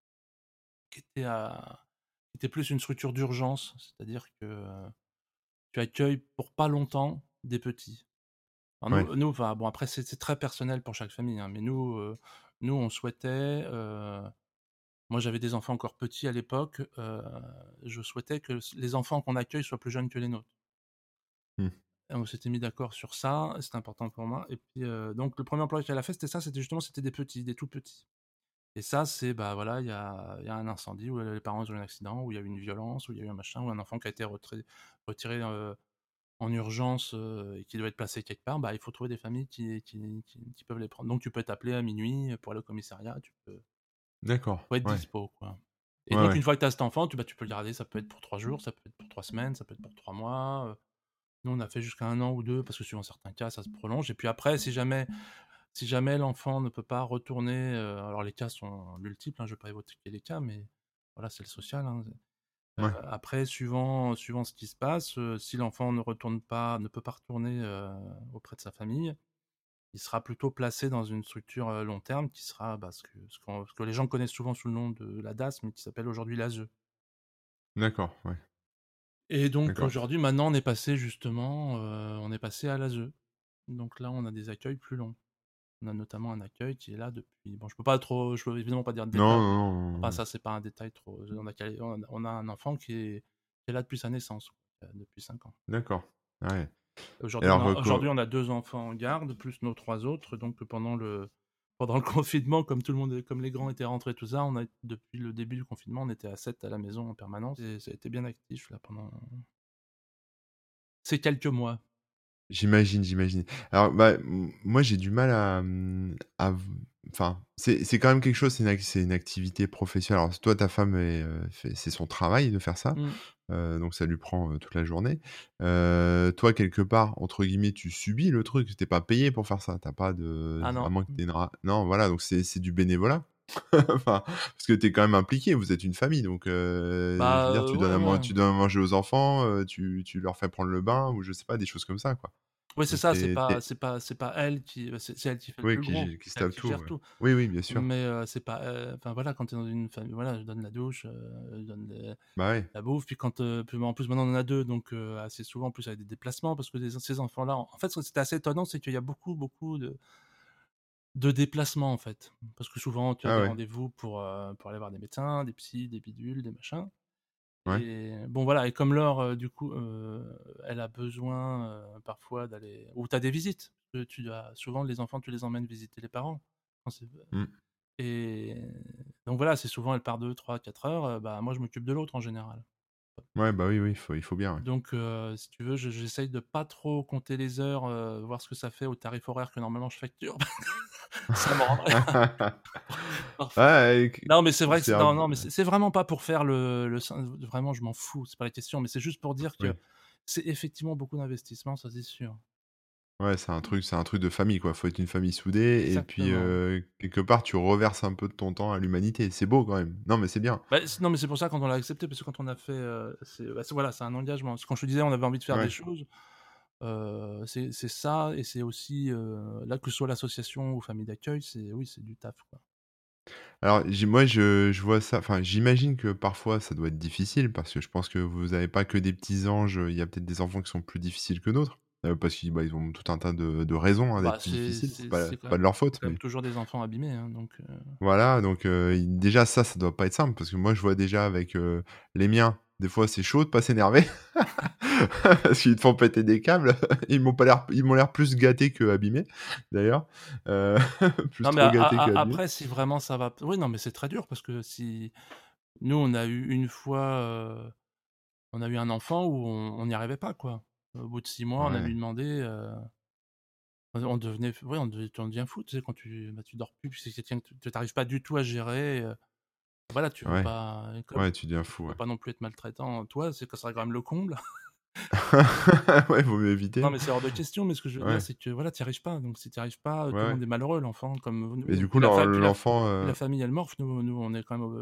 qui était plus une structure d'urgence, c'est-à-dire que, tu accueilles pour pas longtemps des petits. Alors Ouais, enfin bon après c'est très personnel pour chaque famille, hein, mais nous on souhaitait, moi j'avais des enfants encore petits à l'époque, je souhaitais que les enfants qu'on accueille soient plus jeunes que les nôtres. mmh, Et on s'était mis d'accord sur ça, c'était important pour moi et puis, donc le premier emploi qu'elle a fait c'était ça, c'était des petits, des tout petits. Et ça c'est, bah, voilà, il y a un incendie où les parents ont eu un accident, où il y a eu une violence, où il y a eu un machin, où un enfant qui a été retiré, en urgence, et qui doit être placé quelque part, bah, il faut trouver des familles qui peuvent les prendre. Donc tu peux t'appeler à minuit pour aller au commissariat, d'accord, faut être ouais, dispo, quoi. Et ouais, donc ouais, une fois que tu as cet enfant, tu peux le garder, ça peut être pour 3 jours, ça peut être pour 3 semaines, ça peut être pour 3 mois, nous on a fait jusqu'à 1 an ou 2 parce que suivant certains cas, ça se prolonge et puis après si jamais l'enfant ne peut pas retourner, alors les cas sont multiples, hein, je vais pas évoquer les cas, mais voilà, c'est le social, hein. ouais, Après suivant ce qui se passe, si l'enfant ne peut pas retourner, auprès de sa famille, il sera plutôt placé dans une structure, long terme qui sera, bah, ce que les gens connaissent souvent sous le nom de la DAS, mais qui s'appelle aujourd'hui l'ASE. d'accord, ouais, Et donc d'accord. aujourd'hui, maintenant, on est passé justement, on est passé à l'ASE. Donc là, on a des accueils plus longs. On a notamment un accueil qui est là depuis bon, je peux évidemment pas dire de Non, détails. non, non, Enfin non, ça, c'est pas un détail trop on a un enfant qui est là depuis sa naissance, depuis 5 ans. d'accord, ouais. Et Aujourd'hui, alors, on a 2 enfants en garde, plus nos 3 autres. Donc, pendant le confinement, comme les grands étaient rentrés, tout ça, depuis le début du confinement, on était à 7 à la maison en permanence. Et ça a été bien actif là pendant ces quelques mois. j'imagine, j'imagine. Alors, bah, moi, j'ai du mal enfin, c'est quand même quelque chose, c'est une activité professionnelle. Alors, toi, ta femme c'est son travail de faire ça, Mmh. donc ça lui prend, toute la journée. Toi, quelque part, entre guillemets, «tu subis» le truc, tu pas payé pour faire ça. T'as pas de Ah à non. moins que tu une ra non, voilà, donc c'est du bénévolat. Enfin, parce que tu es quand même impliqué, vous êtes une famille, donc je Bah, veux dire, ouais, ouais. tu donnes à manger aux enfants, tu leur fais prendre le bain ou je sais pas, des choses comme ça, quoi. Oui, c'est Donc ça, tu c'est pas elle c'est elle qui fait le oui, plus gros, qui se c'est elle tape qui tout, gère ouais. tout. Oui, oui, bien sûr. Mais, c'est pas, enfin voilà, quand tu es dans une famille, voilà, je donne la douche, je donne Bah, ouais. la bouffe, puis puis en plus maintenant on en a 2 donc assez souvent en plus avec des déplacements parce que ces enfants-là en fait, ce qui était assez étonnant, c'est qu'il y a beaucoup de déplacements, en fait. Parce que souvent tu as Ah des ouais. rendez-vous pour aller voir des médecins, des psys, des bidules, des machins Ouais. Et bon voilà, et comme Laure, du coup, elle a besoin, parfois d'aller ou tu as des visites, tu as souvent les enfants, tu les emmènes visiter les parents quand c'est Mmh. et donc voilà, c'est souvent elle part 2, 3, 4 heures, bah, moi je m'occupe de l'autre en général. Ouais, bah, oui, oui, il faut bien, ouais. Donc si tu veux, j'essaye de pas trop compter les heures, voir ce que ça fait au tarif horaire que normalement je facture. Ça me rendrait parfois. Ouais, et q Non, mais c'est vrai que c'est un non, non, mais c'est vraiment pas pour faire le vraiment je m'en fous, c'est pas la question, mais c'est juste pour dire que oui. c'est effectivement beaucoup d'investissement, ça c'est sûr. Ouais, c'est un truc de famille, quoi. Faut être une famille soudée et puis, Exactement. quelque part, tu reverses un peu de ton temps à l'humanité. C'est beau quand même. Non, mais c'est bien. Bah, non, mais c'est pour ça quand on l'a accepté, parce que quand on a fait, voilà, c'est un engagement. Parce que quand je te disais, on avait envie de faire des Ouais. choses, c'est ça et c'est aussi, là, que ce soit l'association ou famille d'accueil, c'est oui, c'est du taf, quoi. Alors moi je vois ça, enfin j'imagine que parfois ça doit être difficile parce que je pense que vous avez pas que des petits anges, il y a peut-être des enfants qui sont plus difficiles que d'autres, parce qu'ils bah, ils ont tout un tas de raisons, hein, d'être Bah, plus difficiles. C'est c'est pas de leur faute, quand même mais toujours des enfants abîmés, hein, donc voilà, donc déjà ça doit pas être simple parce que moi je vois déjà avec, les miens, des fois c'est chaud de pas s'énerver parce qu'ils te font péter des câbles. Ils m'ont l'air plus gâtés qu'abîmés d'ailleurs, heu, plus non, mais trop gâtés qu'abîmés. après, si vraiment ça va oui, non, mais c'est très dur parce que si nous, on a eu une fois, on a eu un enfant où on n'y arrivait pas, quoi. Au bout de 6 mois, on a lui Ouais, demandé, on devenait ouais, on devient fou, tu sais, quand tu dors plus, puis c'est quelqu'un que tu arrives pas du tout à gérer, voilà, tu veux ouais, pas comme ouais, tu deviens tu fou, peux ouais. pas non plus être maltraitant, toi, c'est que ça serait quand même le comble. Ouais, vaut mieux Non, éviter. mais c'est hors de question, mais ce que je veux dire, Ouais, c'est que, voilà, tu y arrives pas, donc si tu y arrives pas, ouais, tout le ouais. monde est malheureux, l'enfant comme Et nous, du coup, l'enfant, puis la famille, elle morphe. Nous, on est quand même,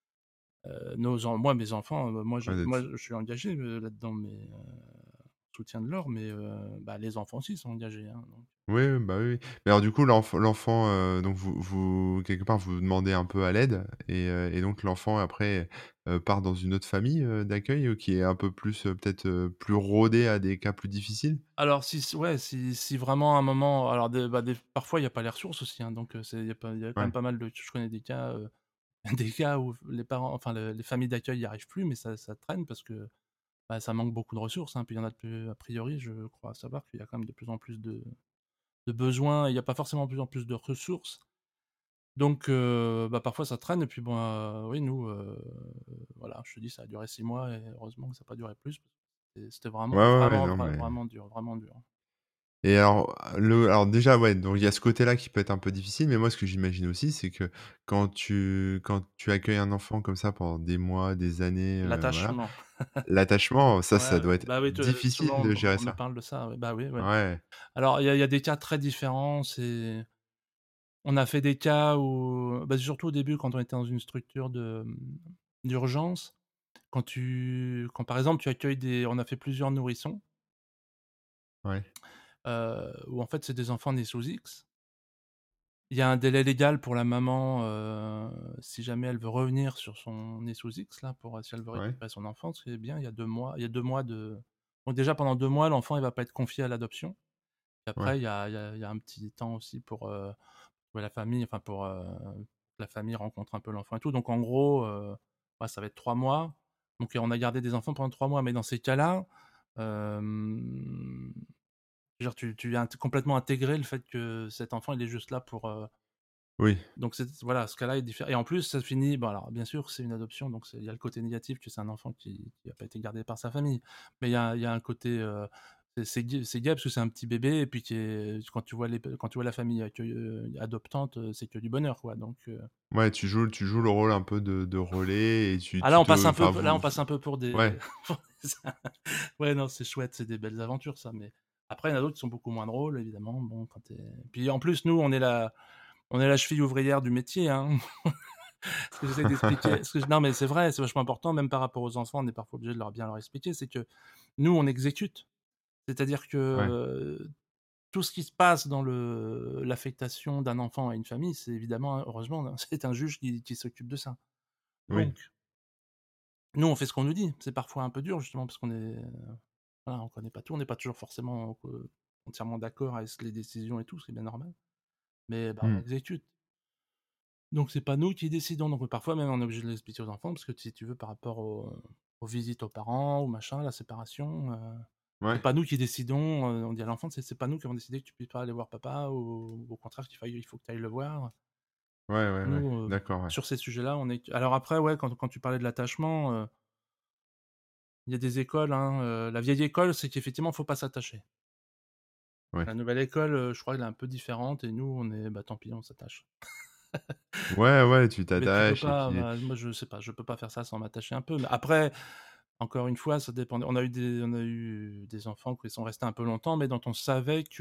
mes enfants, ouais, moi, je suis engagé, là-dedans, mais soutien de l'or, mais bah, les enfants aussi sont engagés, hein, donc oui, oui, bah, oui, oui. Mais alors du coup, l'enfant, donc vous quelque part, vous demandez un peu à l'aide et donc l'enfant après, part dans une autre famille, d'accueil, qui est un peu plus, peut-être, plus rodée à des cas plus difficiles? alors ouais, si vraiment à un moment alors des parfois il y a pas les ressources aussi, hein, donc il y a quand même Ouais, pas mal de je connais des cas, des cas où les parents enfin les familles d'accueil y arrivent plus, mais ça traîne parce que, bah, ça manque beaucoup de ressources, hein. Puis il y en a de plus a priori, je crois savoir qu'il y a quand même de plus en plus de besoins et il y a pas forcément de plus en plus de ressources. Donc bah, parfois ça traîne et puis bon, oui nous, voilà, je te dis ça a duré 6 mois et heureusement que ça a pas duré plus parce que c'était ouais, vraiment, ouais, ouais, vraiment, non, mais vraiment dur, vraiment dur. et alors déjà, ouais, donc il y a ce côté-là qui peut être un peu difficile, mais moi, ce que j'imagine aussi, c'est que quand tu accueilles un enfant comme ça pendant des mois, des années, voilà, L'attachement. l'attachement, ça, Ouais, ça ouais. doit être Bah, oui, difficile souvent de gérer on me ça. parle de ça, ouais. Bah, oui, ouais. Ouais, Alors il y a des cas très différents, on a fait des cas où bah, surtout au début quand on était dans une structure d'urgence, quand par exemple tu accueilles on a fait plusieurs nourrissons, ouais, où en fait c'est des enfants nés sous X. Il y a un délai légal pour la maman, si jamais elle veut revenir sur son nés sous X là, si elle veut ouais, récupérer son enfant, c'est bien, il y a 2 mois de donc déjà pendant 2 mois, l'enfant il va pas être confié à l'adoption. Et ouais. après il y a un petit temps aussi pour la famille, enfin que la famille rencontre un peu l'enfant et tout. Donc en gros, ouais, ça va être 3 mois. Donc on a gardé des enfants pendant 3 mois, mais dans ces cas-là, je veux dire tu viens complètement intégrer le fait que cet enfant il est juste là pour, Oui, donc voilà, ce cas-là est différent et en plus ça finit bon alors bien sûr c'est une adoption donc il y a le côté négatif que c'est un enfant qui a pas été gardé par sa famille. Mais il y a un côté, c'est gai parce que c'est un petit bébé et puis quand tu vois la famille adoptante, c'est que du bonheur quoi donc ouais, tu joues le rôle un peu de relais et tu ah là tu on passe te un peu enfin là vous on passe un peu pour des ouais, pour des ouais non c'est chouette, c'est des belles aventures ça, mais après il y en a d'autres qui sont beaucoup moins drôles évidemment, bon quand tu puis en plus nous on est la cheville ouvrière du métier, hein. Ce que j'essaie d'expliquer, non, mais c'est vrai, c'est vachement important, même par rapport aux enfants, on est parfois obligé de bien leur expliquer, c'est que nous, on exécute. C'est-à-dire que ouais, tout ce qui se passe dans l'affectation d'un enfant à une famille, c'est évidemment, heureusement, c'est un juge qui s'occupe de ça. oui. Donc, nous, on fait ce qu'on nous dit. C'est parfois un peu dur, justement, parce qu'on est, voilà, on connaît pas tout, on n'est pas toujours forcément entièrement d'accord avec les décisions et tout, c'est bien normal. Mais bah, on Mmh. exécute. Donc c'est pas nous qui décidons, donc parfois même on est obligé de l'expliquer aux enfants parce que si tu veux par rapport au aux visites aux parents ou machin, la séparation. C'est Ouais, pas nous qui décidons, on dit à l'enfant, c'est pas nous qui avons décidé que tu puisses pas aller voir papa ou au contraire il faut que tu ailles le voir. ouais, Nous, d'accord, ouais. sur ces sujets-là, on est alors après, ouais, quand tu parlais de l'attachement, il y a des écoles, hein, la vieille école, c'est qu'effectivement, faut pas s'attacher. Ouais. La nouvelle école, je crois qu'elle est un peu différente et nous, on est, bah, tant pis, on s'attache. Ouais, tu Mais tu peux t'attaches et pas, puis bah, moi, je sais pas, je peux pas faire ça sans m'attacher un peu. Mais après, encore une fois, ça dépend. On a eu des enfants qui sont restés un peu longtemps, mais dont on savait que,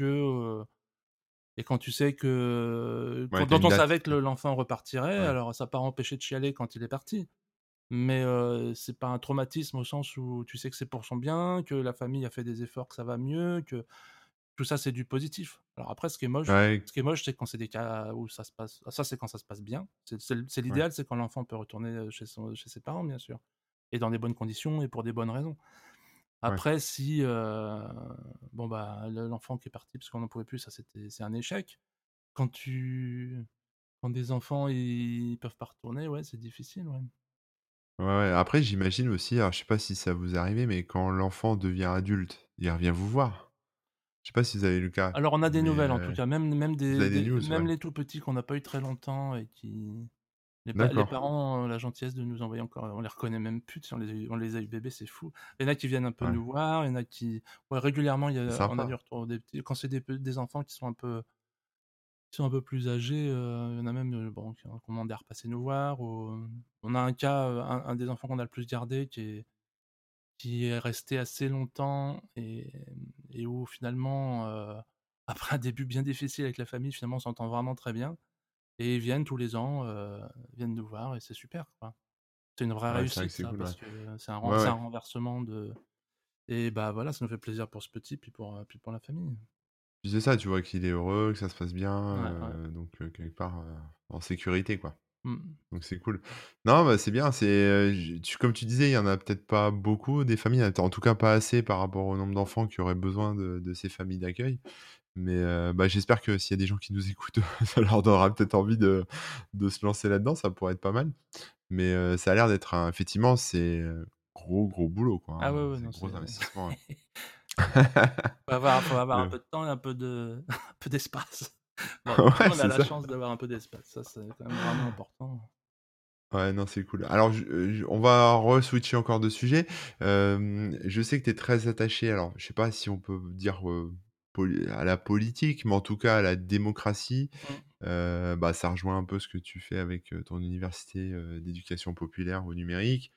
et quand tu sais que ouais, tu dont une on date. savait que l'enfant repartirait, Ouais, alors ça n'a pas empêché de chialer quand il est parti. Mais c'est pas un traumatisme au sens où tu sais que c'est pour son bien, que la famille a fait des efforts, que ça va mieux, que tout ça, c'est du positif. Alors après, ouais, c'est quand c'est des cas où ça se passe. Ça, c'est quand ça se passe bien. C'est ouais, l'idéal, c'est quand l'enfant peut retourner chez ses parents, bien sûr, et dans des bonnes conditions et pour des bonnes raisons. ouais. Après, si bon bah l'enfant qui est parti parce qu'on n'en pouvait plus, c'est un échec. Quand tu quand des enfants ils peuvent pas retourner, ouais, c'est difficile, ouais. Ouais. Après, j'imagine aussi, alors je sais pas si ça vous est arrivé, mais quand l'enfant devient adulte, il revient vous voir. Je sais pas si vous avez eu le cas, Alors on a des mais nouvelles en tout cas, même vous avez des news, même ouais. les tout petits qu'on n'a pas eu très longtemps et qui les D'accord, parents ont la gentillesse de nous envoyer encore, on les reconnaît même plus, tu sais, on les a eu bébés, c'est fou. Il y en a qui viennent un peu ouais. nous voir, il y en a qui ouais, régulièrement, C'est on a du sympa. retour des petits quand c'est des enfants qui sont un peu plus âgés, il y en a même, bon, qui ont commandé à repasser nous voir ou, on a un cas, un des enfants qu'on a le plus gardé qui est resté assez longtemps et où finalement, après un début bien difficile avec la famille, finalement on s'entend vraiment très bien et ils viennent tous les ans, viennent nous voir et c'est super, quoi. C'est une vraie Ouais, c'est vrai que réussite c'est ça cool, ouais. parce que Ouais, c'est un ouais. renversement de et bah, voilà, ça nous fait plaisir pour ce petit puis pour la famille. Puis c'est ça, tu vois qu'il est heureux, que ça se passe bien, Ouais, ouais. donc quelque part, en sécurité, quoi. Mmh. Donc c'est cool. Non, bah, c'est bien, comme tu disais, il y en a peut-être pas beaucoup des familles, en tout cas pas assez par rapport au nombre d'enfants qui auraient besoin de ces familles d'accueil. Mais bah, j'espère que s'il y a des gens qui nous écoutent, ça leur donnera peut-être envie de se lancer là-dedans, ça pourrait être pas mal. Mais ça a l'air d'être effectivement, c'est, gros boulot, quoi, Ah hein. ouais, ouais, C'est non, gros c'est investissement, ouais. faut avoir un Heu, peu de temps et un peu un peu d'espace. Bon, nous, ouais, on a c'est la ça. chance d'avoir un peu d'espace, ça, c'est quand même vraiment important. Ouais, non, c'est cool. Alors on va re-switcher encore de sujet. Je sais que tu es très attaché, alors je sais pas si on peut dire, à la politique, mais en tout cas à la démocratie. Mmh. Bah, ça rejoint un peu ce que tu fais avec, ton université, d'éducation populaire au numérique.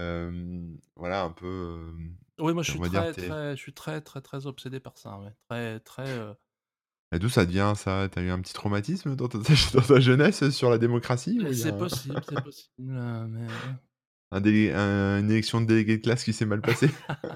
Voilà un peu, Oui, moi, on va dire tes je suis très, très, très obsédé par ça, ouais. Très, très, et d'où ça vient ça? Tu as eu un petit traumatisme dans ta dans ta jeunesse sur la démocratie ou il y a c'est possible, mais une élection de délégué de classe qui s'est mal passée?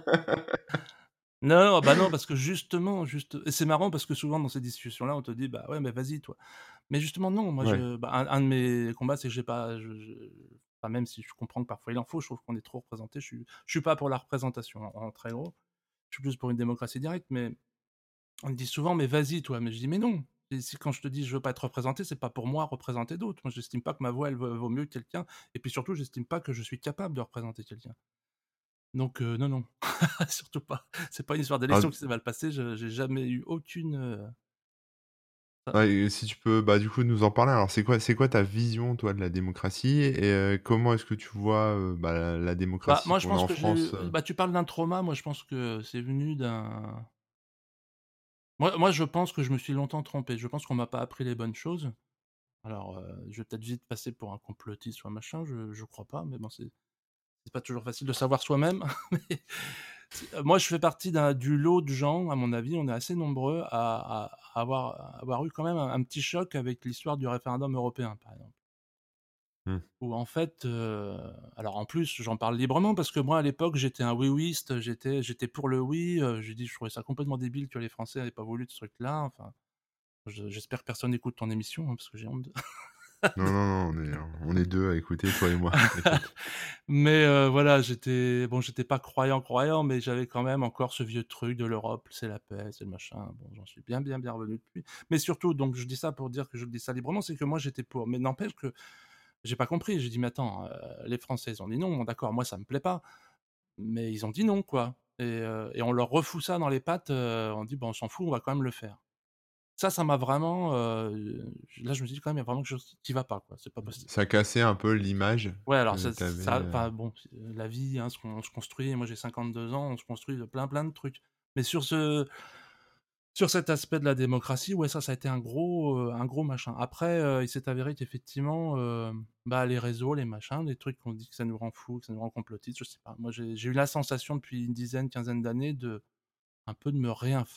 non, bah, non, parce que justement, et c'est marrant parce que souvent dans ces discussions-là, on te dit: «Bah, ouais, mais vas-y, toi». Mais justement, non, moi, Ouais. un de mes combats, c'est que j'ai pas enfin, même si je comprends que parfois il en faut, je trouve qu'on est trop représenté. Je suis pas pour la représentation, en très gros. Je suis plus pour une démocratie directe, mais on me dit souvent: «Mais vas-y, toi». Mais je dis: «Mais non». Et si quand je te dis: «Je veux pas être représenté», c'est pas pour moi représenter d'autres. Moi, j'estime pas que ma voix, elle vaut mieux que quelqu'un et puis surtout, j'estime pas que je suis capable de représenter quelqu'un. Donc non, non, surtout pas. C'est pas une histoire Ah d'élection qui s'est mal passée, je j'ai jamais eu aucune, ça ouais et si tu peux, bah, du coup, nous en parler. Alors c'est quoi ta vision, toi, de la démocratie et comment est-ce que tu vois, bah, la bah, démocratie moi, je qu'on a pense en que j'ai eu France, bah, tu parles d'un trauma, moi, je pense que c'est venu d'un moi, je pense que je me suis longtemps trompé. Je pense qu'on m'a pas appris les bonnes choses. Alors, je vais peut-être vite passer pour un complotiste ou un machin, je crois pas, mais bon, c'est pas toujours facile de savoir soi-même. Mais moi, je fais partie du lot de gens, à mon avis, on est assez nombreux à avoir eu quand même un petit choc avec l'histoire du référendum européen, par exemple. mmh, Où en fait, alors en plus, j'en parle librement parce que moi, à l'époque, j'étais un oui-wiste, j'étais pour le oui, j'ai dit: «Je trouvais ça complètement débile que les Français n'avaient pas voulu de ce truc-là», enfin, j'espère que personne n'écoute ton émission, hein, parce que j'ai honte de non, on est 2 à écouter, toi et moi, t'inquiète. Mais voilà, j'étais pas croyant, mais j'avais quand même encore ce vieux truc de l'Europe, c'est la paix, c'est le machin. Bon, j'en suis bien revenu depuis. Mais surtout, donc je dis ça pour dire que je le dis ça librement, c'est que moi j'étais pour. Mais n'empêche que j'ai pas compris. J'ai dit: «Mais attends, les Français ils ont dit non, bon d'accord, moi ça me plaît pas, mais ils ont dit non, quoi. Et on leur refout ça dans les pattes, on dit: «Bah, on s'en fout, on va quand même le faire». Ça m'a vraiment, là, je me suis dit: «Quand même, il y a vraiment quelque chose qui va pas, quoi, c'est pas possible». Ça cassait un peu l'image Ouais, alors que tu avais, enfin bon, la vie, hein, on se construit, moi j'ai 52 ans, on se construit de plein de trucs. Mais sur cet aspect de la démocratie, ouais, ça a été un gros machin. Après, il s'est avéré qu'effectivement, bah, les réseaux, les machins, les trucs qu'on dit que ça nous rend fous, que ça nous rend complotistes, je sais pas. Moi, j'ai eu la sensation depuis une dizaine, quinzaine d'années de un peu de me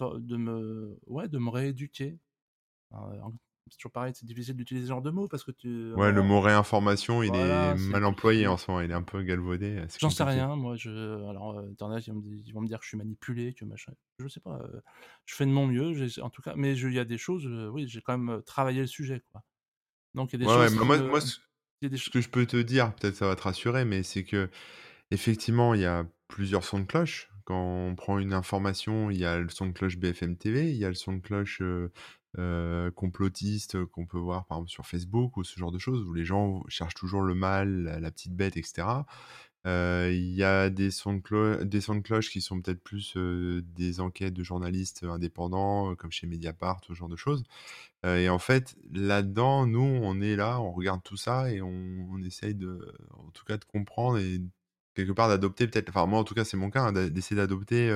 de me rééduquer. Alors, c'est toujours pareil, c'est difficile d'utiliser ce genre de mots parce que ouais, le mot réinformation, il est voilà, mal employé en ce moment, il est un peu galvaudé, c'est j'en sais compliqué. rien, moi, alors, internet, ils vont me dire que je suis manipulé, que machin, je sais pas, je fais de mon mieux, en tout cas, mais il y a des choses, oui, j'ai quand même, travaillé le sujet, quoi. Donc il y a des Ouais, ouais, choses bah, qui me moi, il y a des ce ch que je peux te dire, peut-être ça va te rassurer, mais c'est que effectivement, il y a plusieurs sons de cloche. Quand on prend une information, il y a le son de cloche BFM TV, il y a le son de cloche, complotiste, qu'on peut voir, par exemple, sur Facebook ou ce genre de choses, où les gens cherchent toujours le mal, la petite bête et cetera. Il y a des sons de cloche qui sont peut-être plus, des enquêtes de journalistes indépendants, comme chez Mediapart, ce genre de choses. Et en fait, là-dedans, nous, on est là, on regarde tout ça et on essaye en tout cas, de comprendre et quelque part d'adopter peut-être, enfin moi en tout cas c'est mon cas, hein, d'essayer d'adopter,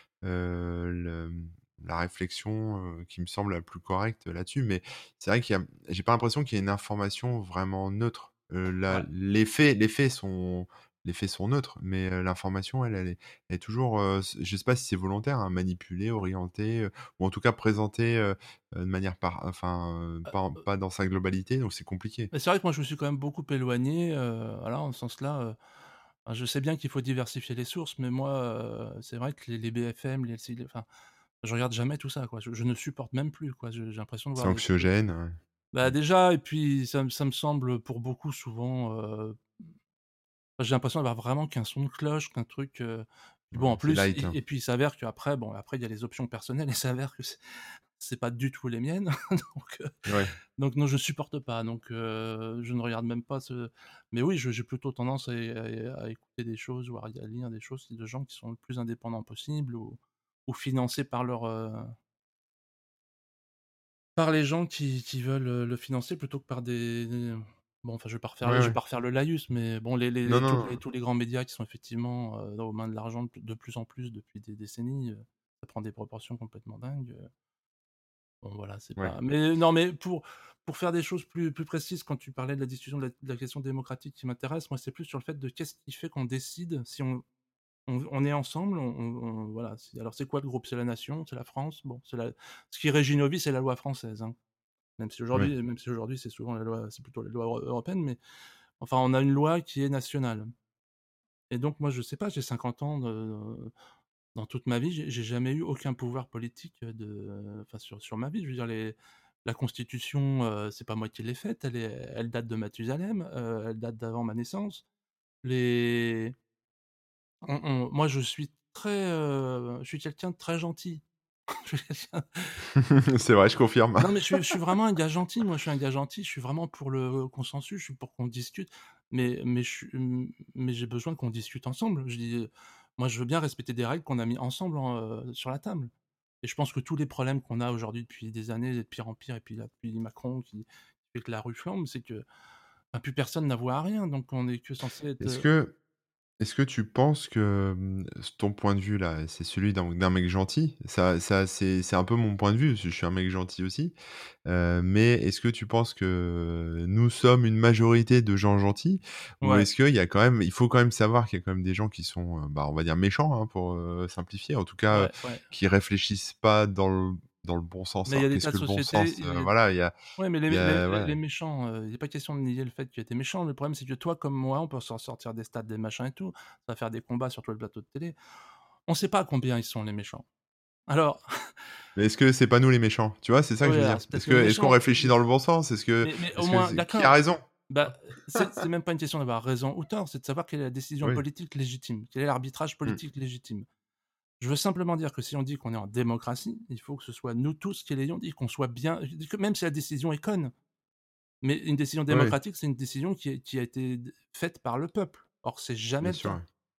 le, la réflexion, qui me semble la plus correcte là-dessus. Mais c'est vrai j'ai pas l'impression qu'il y ait une information vraiment neutre. Ouais. Les faits sont neutres, mais l'information, elle est toujours, je sais pas si c'est volontaire, hein, manipulée, orientée, ou en tout cas présentée, de manière pas dans sa globalité, donc c'est compliqué. Mais c'est vrai que moi, je me suis quand même beaucoup éloigné, voilà, en ce sens-là, je sais bien qu'il faut diversifier les sources, mais moi, c'est vrai que les BFM, les LCI, enfin, je regarde jamais tout ça, quoi. Je ne supporte même plus, quoi. J'ai l'impression de C'est voir des trucs. anxiogène, ouais. Bah, Mmh. déjà, et puis ça me semble pour beaucoup souvent, j'ai l'impression d'avoir vraiment qu'un son de cloche, qu'un truc, puis bon, Ouais, en c'est plus, light, hein. et puis il s'avère qu'après, bon, après il y a les options personnelles et il s'avère que c'est pas du tout les miennes, donc Ouais. donc non, je supporte pas, donc je ne regarde même pas mais oui, j'ai plutôt tendance à écouter des choses ou à lire des choses de gens qui sont le plus indépendants possible, ou financés par les gens qui veulent, le financer, plutôt que par bon, enfin, Ouais, je vais ouais. pas refaire le laïus, mais bon, Non, non, tous les grands médias qui sont effectivement, aux mains de l'argent de plus en plus depuis des décennies, ça prend des proportions complètement dingues, bon, voilà, c'est ouais. pas, mais non, mais pour faire des choses plus précises, quand tu parlais de la discussion de la question démocratique qui m'intéresse, moi, c'est plus sur le fait de qu'est-ce qui fait qu'on décide si on est ensemble, voilà, alors c'est quoi le groupe? C'est la nation? C'est la France? Bon, ce qui régit nos vies, c'est la loi française, hein. Ouais. Même si aujourd'hui c'est plutôt la loi européenne, mais enfin, on a une loi qui est nationale. Et donc moi, je sais pas, j'ai 50 ans, dans toute ma vie, j'ai jamais eu aucun pouvoir politique, enfin, sur ma vie. Je veux dire, la constitution, c'est pas moi qui l'ai faite, elle date de Mathusalem, elle date d'avant ma naissance. Les Moi, je suis quelqu'un de très gentil. Je suis quelqu'un C'est vrai, je confirme. Non, mais je suis vraiment un gars gentil, moi, je suis un gars gentil, je suis vraiment pour le consensus, je suis pour qu'on discute, mais j'ai besoin qu'on discute ensemble. Je dis, moi, je veux bien respecter des règles qu'on a mis ensemble sur la table. Et je pense que tous les problèmes qu'on a aujourd'hui depuis des années, de pire en pire, et puis là, depuis Macron qui fait que la rue flambe, c'est que, bah, plus personne n'a voix à rien, donc on est que censé être, Est-ce que Est-ce que tu penses que, ton point de vue là, c'est celui d'un mec gentil? Ça c'est un peu mon point de vue, parce que je suis un mec gentil aussi. Mais est-ce que tu penses que nous sommes une majorité de gens gentils? Ou ouais, est-ce il faut quand même savoir qu'il y a quand même des gens qui sont, bah, on va dire méchants, hein, pour, simplifier. En tout cas, ouais, ouais. qui réfléchissent pas dans le bon sens. Mais il y Alors a des qu'est-ce tas de que le bon sociétés, sens? Voilà, ouais, mais il y a les voilà. méchants, il est pas question de nier le fait que tu es méchant. Le problème, c'est que toi comme moi, on peut s'en sortir des stades, des machins et tout. Ça va faire des combats sur tous les plateaux de télé. On sait pas combien ils sont, les méchants. Alors Mais est-ce que c'est pas nous les méchants? Tu vois, c'est ça que oui, je veux dire. alors c'est peut-être nous les Est-ce qu'on méchants, réfléchit dans le bon sens? mais au Est-ce que moins c'est qui a d'accord, raison? bah, c'est même pas une question d'avoir raison ou tort, c'est de savoir quelle est la décision Oui. politique légitime, quel est l'arbitrage Mmh. politique légitime. Je veux simplement dire que si on dit qu'on est en démocratie, il faut que ce soit nous tous qui l'ayons dit, qu'on soit bien, je dis que même si la décision est conne. Mais une décision Oui, oui, démocratique, c'est une décision qui a été faite par le peuple. Or, c'est jamais bien le sûr, cas. ouais.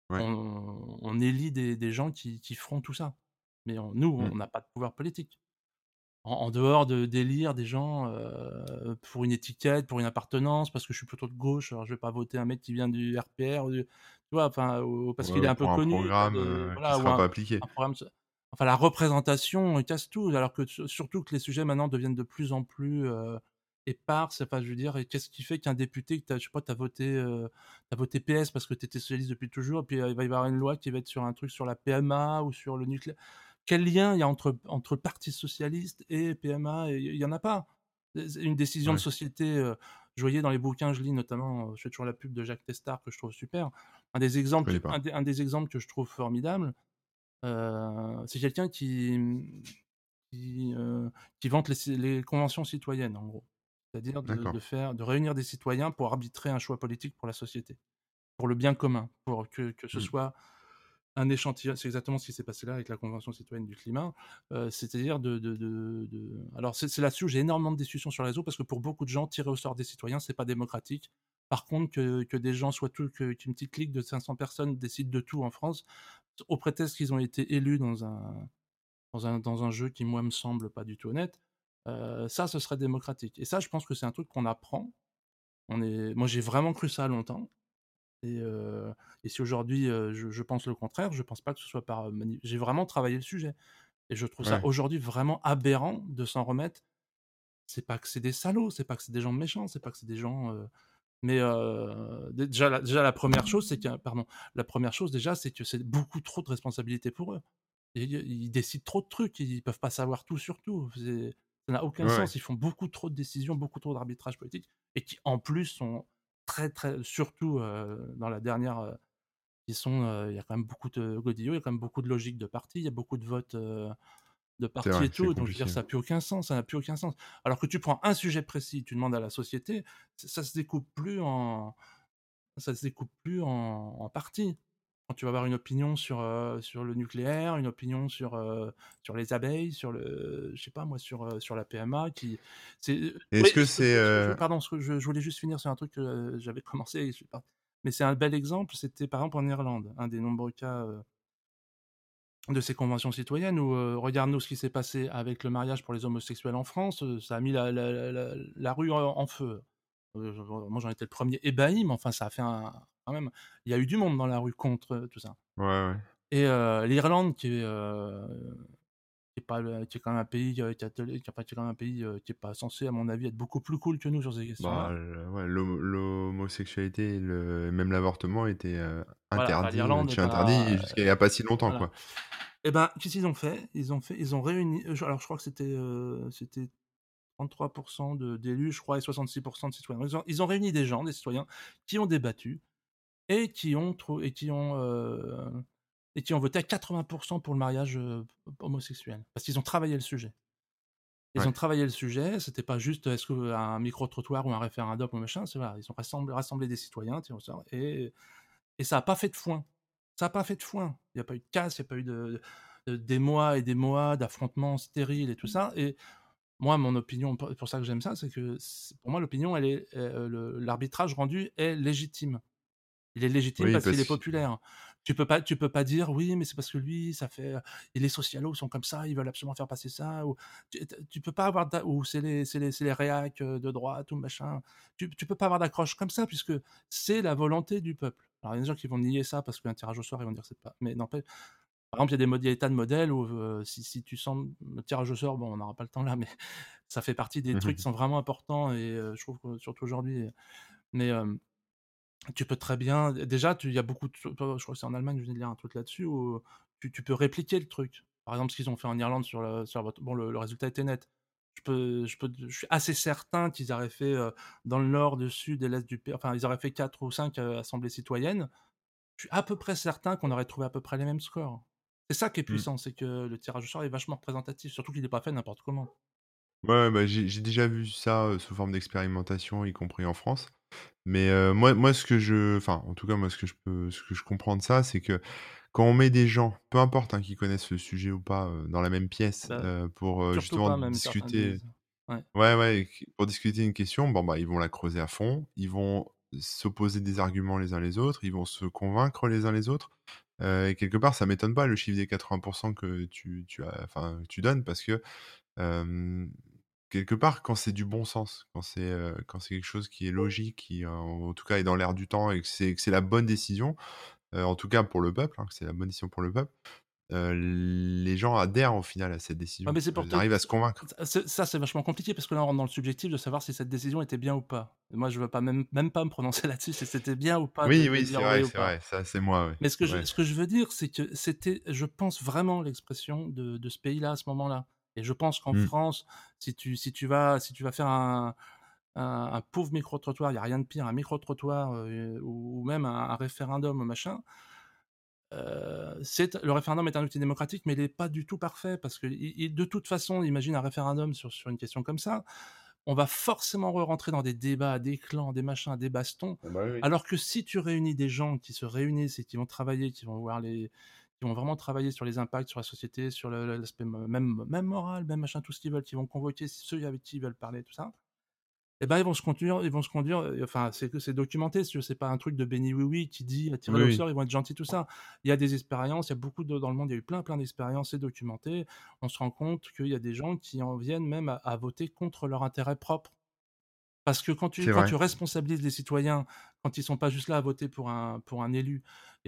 Ouais. on élit des gens qui feront tout ça. Mais nous, Mmh. on n'a pas de pouvoir politique. En dehors d'élire des gens pour une étiquette, pour une appartenance, parce que je suis plutôt de gauche, alors je vais pas voter un mec qui vient du RPR, tu vois, enfin, ou parce qu'il est Ouais, un peu pour un connu, programme, qui voilà, ou sera pas appliqué. un programme. Enfin, la représentation casse tout, alors que surtout que les sujets maintenant deviennent de plus en plus épars. Enfin, je veux dire, et qu'est-ce qui fait qu'un député, que je sais pas, t'as voté PS parce que tu étais socialiste depuis toujours, et puis il va y avoir une loi qui va être sur un truc sur la PMA ou sur le nucléaire. Quel lien il y a entre le Parti socialiste et PMA? Il y en a pas. C'est une décision de Ouais, société. Je voyais dans les bouquins, je lis notamment, je fais toujours la pub de Jacques Testard que je trouve super. je connais pas. Un des exemples que je trouve formidable, c'est quelqu'un qui, heu, qui vante les conventions citoyennes, en gros. C'est-à-dire D'accord. de réunir des citoyens pour arbitrer un choix politique pour la société, pour le bien commun, pour que ce Mmh. soit un échantillon. C'est exactement ce qui s'est passé là avec la Convention citoyenne du climat. C'est-à-dire alors c'est là-dessus où j'ai énormément de discussions sur les réseaux, parce que pour beaucoup de gens, tirer au sort des citoyens, c'est pas démocratique. Par contre, que des gens soient qu'une petite clique de 500 personnes décide de tout en France, au prétexte qu'ils ont été élus dans un jeu qui, moi, me semble pas du tout honnête, ça, ce serait démocratique. Et ça, je pense que c'est un truc qu'on apprend. Moi, j'ai vraiment cru ça longtemps. Et, euh, et si aujourd'hui je pense le contraire, je pense pas que ce soit par j'ai vraiment travaillé le sujet. Et je trouve ça Ouais. aujourd'hui vraiment aberrant de s'en remettre. C'est pas que c'est des salauds, c'est pas que c'est des gens méchants, c'est pas que c'est des gens. Mais déjà, la première chose, c'est que, pardon, la première chose déjà, c'est que c'est beaucoup trop de responsabilités pour eux. Et ils décident trop de trucs, ils peuvent pas savoir tout sur tout. Ça n'a aucun Ouais, ouais. sens. Ils font beaucoup trop de décisions, beaucoup trop d'arbitrage politique, et qui en plus sont très très, surtout dans la dernière, il y a quand même beaucoup de godillots, il y a quand même beaucoup de logique de parti, il y a beaucoup de votes de C'est parti vrai, et c'est tout. Donc je veux dire, compliqué. ça n'a plus aucun sens, ça n'a plus aucun sens. Alors que tu prends un sujet précis, tu demandes à la société, ça se découpe plus en parties. Quand tu vas avoir une opinion sur le nucléaire, une opinion sur les abeilles, je sais pas moi, sur la PMA, oui, Est-ce que c'est, pardon, je voulais juste finir sur un truc que j'avais commencé, mais c'est un bel exemple. C'était par exemple en Irlande, un des nombreux cas de ces conventions citoyennes où, regarde-nous ce qui s'est passé avec le mariage pour les homosexuels en France, ça a mis la rue en feu. Moi, j'en étais le premier ébahi, mais enfin, ça a fait quand même. Il y a eu du monde dans la rue contre tout ça. ouais, ouais. Et l'Irlande, qui est quand même un pays catholique, enfin, qui est quand même un pays qui est pas censé, à mon avis, être beaucoup plus cool que nous sur ces Bah, questions-là. ouais, l'homosexualité et même l'avortement étaient, Voilà, enfin, interdits, l'Irlande, interdits jusqu'à il y a pas si longtemps, voilà. quoi. Et ben, qu'est-ce qu'ils ont fait? Ils ont réuni. Alors, je crois que c'était 33% d'élus, je crois, et 66% de citoyens. Ils ont réuni des gens, des citoyens, qui ont débattu et qui ont voté à 80% pour le mariage homosexuel. Parce qu'ils ont travaillé le sujet. Ils Ouais. ont travaillé le sujet, c'était pas juste est-ce qu'un micro-trottoir ou un référendum ou machin, c'est voilà, ils ont rassemblé des citoyens, et ça n'a pas fait de foin. Ça n'a pas fait de foin. Il n'y a pas eu de casse, il n'y a pas eu des mois et des mois d'affrontements stériles et tout ça. Et moi, mon opinion, pour ça que j'aime ça, c'est que pour moi, l'opinion, l'arbitrage rendu est légitime. Il est légitime Oui, parce qu'il est parce que populaire. Tu peux pas dire oui, mais c'est parce que lui, ça fait, et les socialos sont comme ça, ils veulent absolument faire passer ça. Ou tu peux pas avoir ou c'est les réacs de droite ou machin. Tu peux pas avoir d'accroche comme ça puisque c'est la volonté du peuple. Alors il y a des gens qui vont nier ça parce qu'un tirage au sort, ils vont dire c'est pas. Mais n'empêche, par exemple, il y a des tas de modèles où si tu sens le tirage au sort, bon, on n'aura pas le temps là, mais ça fait partie des trucs qui sont vraiment importants, et je trouve que surtout aujourd'hui. Mais tu peux très bien. Déjà, il y a beaucoup de. Je crois que c'est en Allemagne, je viens de lire un truc là-dessus, où tu peux répliquer le truc. Par exemple, ce qu'ils ont fait en Irlande sur la vote. Bon, le résultat était net. Je suis assez certain qu'ils auraient fait dans le nord, le sud et l'est du pays. Enfin, ils auraient fait 4 ou 5 assemblées citoyennes. Je suis à peu près certain qu'on aurait trouvé à peu près les mêmes scores. C'est ça qui est mmh. puissant, c'est que le tirage au sort est vachement représentatif, surtout qu'il n'est pas fait n'importe comment. Ouais, bah, j'ai déjà vu ça, sous forme d'expérimentation, y compris en France. Mais, ce que en tout cas, moi, ce que je comprends de ça, c'est que quand on met des gens, peu importe, hein, qui connaissent le sujet ou pas, dans la même pièce, Bah, pour, surtout justement pas, même certains discuter disent. Ouais. ouais, ouais, et pour discuter une question, bon, bah, ils vont la creuser à fond. Ils vont s'opposer des arguments les uns les autres, ils vont se convaincre les uns les autres. Et quelque part, ça m'étonne pas le chiffre des 80% que tu donnes parce que hem, quelque part, quand c'est du bon sens, quand c'est quelque chose qui est logique, qui en tout cas est dans l'air du temps et que c'est la bonne décision, en tout cas pour le peuple, hein, que c'est la bonne décision pour le peuple, les gens adhèrent au final à cette Ouais, décision. mais c'est pour Ils te arrivent à se convaincre. ça, c'est vachement compliqué parce que là, on rentre dans le subjectif de savoir si cette décision était bien ou pas. Et moi, je veux pas même pas me prononcer là-dessus, si c'était bien ou pas de Oui, de oui, dire oui ou c'est pas. vrai, ça c'est moi, ouais. Mais ce que je Ouais. ce que je veux dire, c'est que c'était, je pense, vraiment l'expression de ce pays-là, à ce moment-là. Et je pense qu'en Mmh. France, si tu vas faire un pauvre micro-trottoir, il y a rien de pire, un micro-trottoir, ou même un référendum ou machin, le référendum est un outil démocratique, mais il est pas du tout parfait parce que i de toute façon, imagine un référendum sur une question comme ça, on va forcément rentrer dans des débats, des clans, des machins, des bastons. Ah bah, oui, oui. Alors que si tu réunis des gens qui se réunissent et qui vont travailler, qui vont vraiment travailler sur les impacts sur la société, sur l'aspect même moral, même machin, tout ce qu'ils veulent, qui vont convoquer ceux avec qui ils veulent parler, tout ça, et ben ils vont se conduire, enfin, c'est documenté, si tu veux, c'est pas un truc de béni oui-oui qui dit: Oui, «Tirez-les au oui. sort, ils vont être gentils», tout ça. Il y a des expériences, il y a beaucoup de dans le monde, il y a eu plein d'expériences, c'est documenté. On se rend compte qu'il y a des gens qui en viennent même à voter contre leur intérêt propre. Parce que quand tu C'est quand vrai. tu responsabilises les citoyens, quand ils sont pas juste là à voter pour un élu et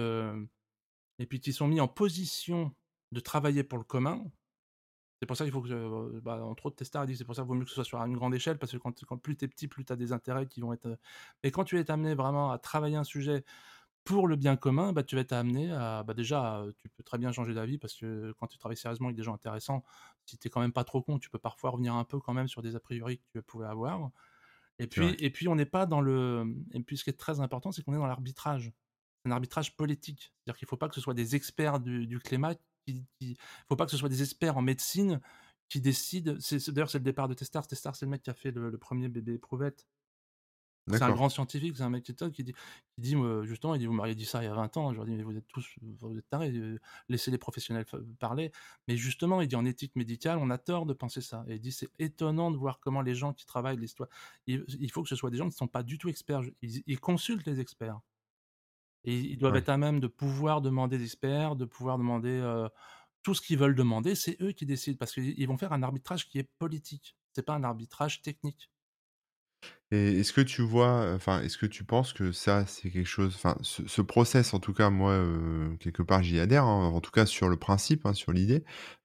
puis qu'ils sont mis en position de travailler pour le commun, c'est pour ça qu'il faut que, bah, entre autres, Testard dit que c'est pour ça qu'il vaut mieux que ce soit sur une grande échelle, parce que quand plus tu es petit, plus tu as des intérêts qui vont être, mais quand tu es amené vraiment à travailler un sujet pour le bien commun, bah, tu vas être amené à, bah, déjà, tu peux très bien changer d'avis parce que quand tu travailles sérieusement avec des gens intéressants, si tu es quand même pas trop con, tu peux parfois revenir un peu quand même sur des a priori que tu pouvais avoir. Et C'est puis vrai. et puis on n'est pas dans le et puis ce qui est très important, c'est qu'on est dans l'arbitrage. C'est un arbitrage politique. C'est-à-dire qu'il ne faut pas que ce soit des experts du climat faut pas que ce soit des experts en médecine qui décident. D'ailleurs, c'est le départ de Testard. Testard, c'est le mec qui a fait le 1er bébé éprouvette. C'est un D'accord. grand scientifique, c'est un mec qui dit, justement, il dit: «Vous m'auriez dit ça il y a 20 ans, j'aurais dit: "Mais vous êtes tous vous êtes tarés, laissez les professionnels parler"». Mais justement, il dit: «En éthique médicale, on a tort de penser ça», et il dit: «C'est étonnant de voir comment les gens qui travaillent l'histoire, il faut que ce soit des gens qui ne sont pas du tout experts». Ils consultent les experts et ils doivent Ouais. être à même de pouvoir demander des experts, de pouvoir demander, tout ce qu'ils veulent demander, c'est eux qui décident parce qu'ils vont faire un arbitrage qui est politique. C'est pas un arbitrage technique. Et est-ce que tu vois, enfin, est-ce que tu penses que ça, c'est quelque chose enfin, ce process, en tout cas, moi, quelque part, j'y adhère, hein, en tout cas sur le principe, hein, sur l'idée.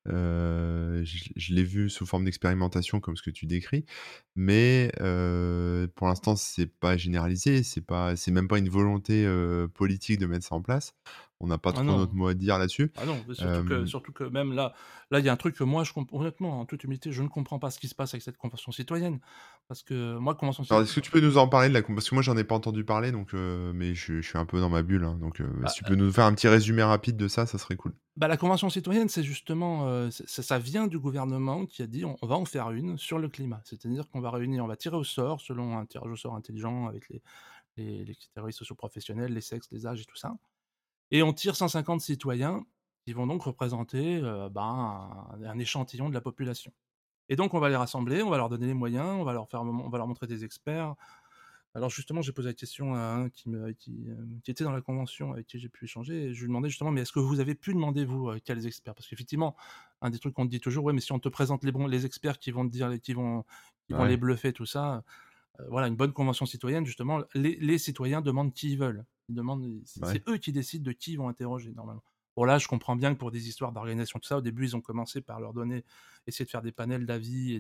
Je l'ai vu sous forme d'expérimentation comme ce que tu décris, mais pour l'instant, c'est pas généralisé, c'est même pas une volonté, politique de mettre ça en place. On n'a pas Ah trop notre non. mot à dire là-dessus. Ah non, mais Hem, surtout que même là, il y a un truc que moi je comprends honnêtement, en toute humilité, je ne comprends pas ce qui se passe avec cette convention citoyenne. Parce que moi, convention alors citoyenne, est-ce que tu peux nous en parler de la parce que moi, j'en ai pas entendu parler donc mais je suis un peu dans ma bulle, hein, donc bah, si tu peux nous faire un petit résumé rapide de ça serait cool. la convention citoyenne, c'est justement, ça vient du gouvernement qui a dit: «On va en faire une sur le climat». C'est-à-dire qu'on va réunir, on va tirer au sort selon un tirage au sort intelligent avec les catégories socio-professionnelles, les sexes, les âges et tout ça, et on tire 150 citoyens qui vont donc représenter, un échantillon de la population. Et donc on va les rassembler, on va leur donner les moyens, on va leur montrer des experts. Alors justement, j'ai posé la question à un qui était dans la convention avec qui j'ai pu échanger, et je lui demandais justement: «Mais est-ce que vous avez pu demander vous, quels experts?» Parce qu'effectivement, un des trucs qu'on te dit toujours: «Ouais, mais si on te présente les experts qui vont te dire qui vont les Ouais, bluffer, tout ça», voilà, une bonne convention citoyenne, justement, les citoyens demandent qui ils veulent. Ils demandent c'est ouais. eux qui décident de qui ils vont interroger normalement. Bon là, je comprends bien que pour des histoires d'organisation, tout ça, au début, ils ont commencé par leur donner essayer de faire des panels d'avis et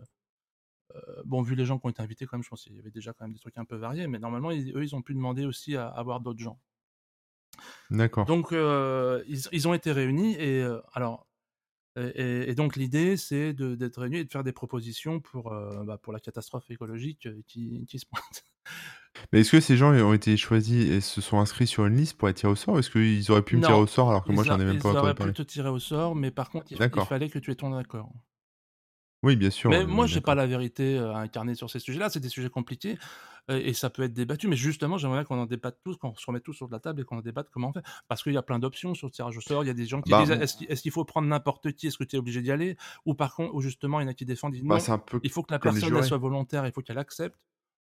bon, vu les gens qui ont été invités quand même, je pense qu'il y avait déjà quand même des trucs un peu variés, mais normalement, eux, ils ont pu demander aussi à avoir d'autres gens. D'accord. Donc, ils ont été réunis, et alors, et donc l'idée, c'est d'être réunis et de faire des propositions pour la catastrophe écologique qui se pointe. Mais est-ce que ces gens ont été choisis et se sont inscrits sur une liste pour être tirés au sort? Ou est-ce qu'ils auraient pu me tirer Non, au sort alors que moi j'en ai même pas ils entendu auraient pu parler? te tirer au sort, mais par contre, il D'accord. fallait que tu aies ton accord. Oui, bien sûr, Mais oui, moi, oui, j'ai pas d'accord. la vérité, à incarner sur ces sujets-là. C'est des sujets compliqués, et ça peut être débattu. Mais justement, j'aimerais bien qu'on en débatte tous, qu'on se remette tous sur la table et qu'on en débatte comment on fait. Parce qu'il y a plein d'options sur le tirage au sort. Il y a des gens qui Bah, disent: «Est-ce qu'il faut prendre n'importe qui? Est-ce que tu es obligé d'y aller?» Ou par contre, ou justement, il y en a qui défendent, disent: bah, «Non, c'est un peu il faut que la comme les personne, elle jurés. soit volontaire, il faut qu'elle accepte».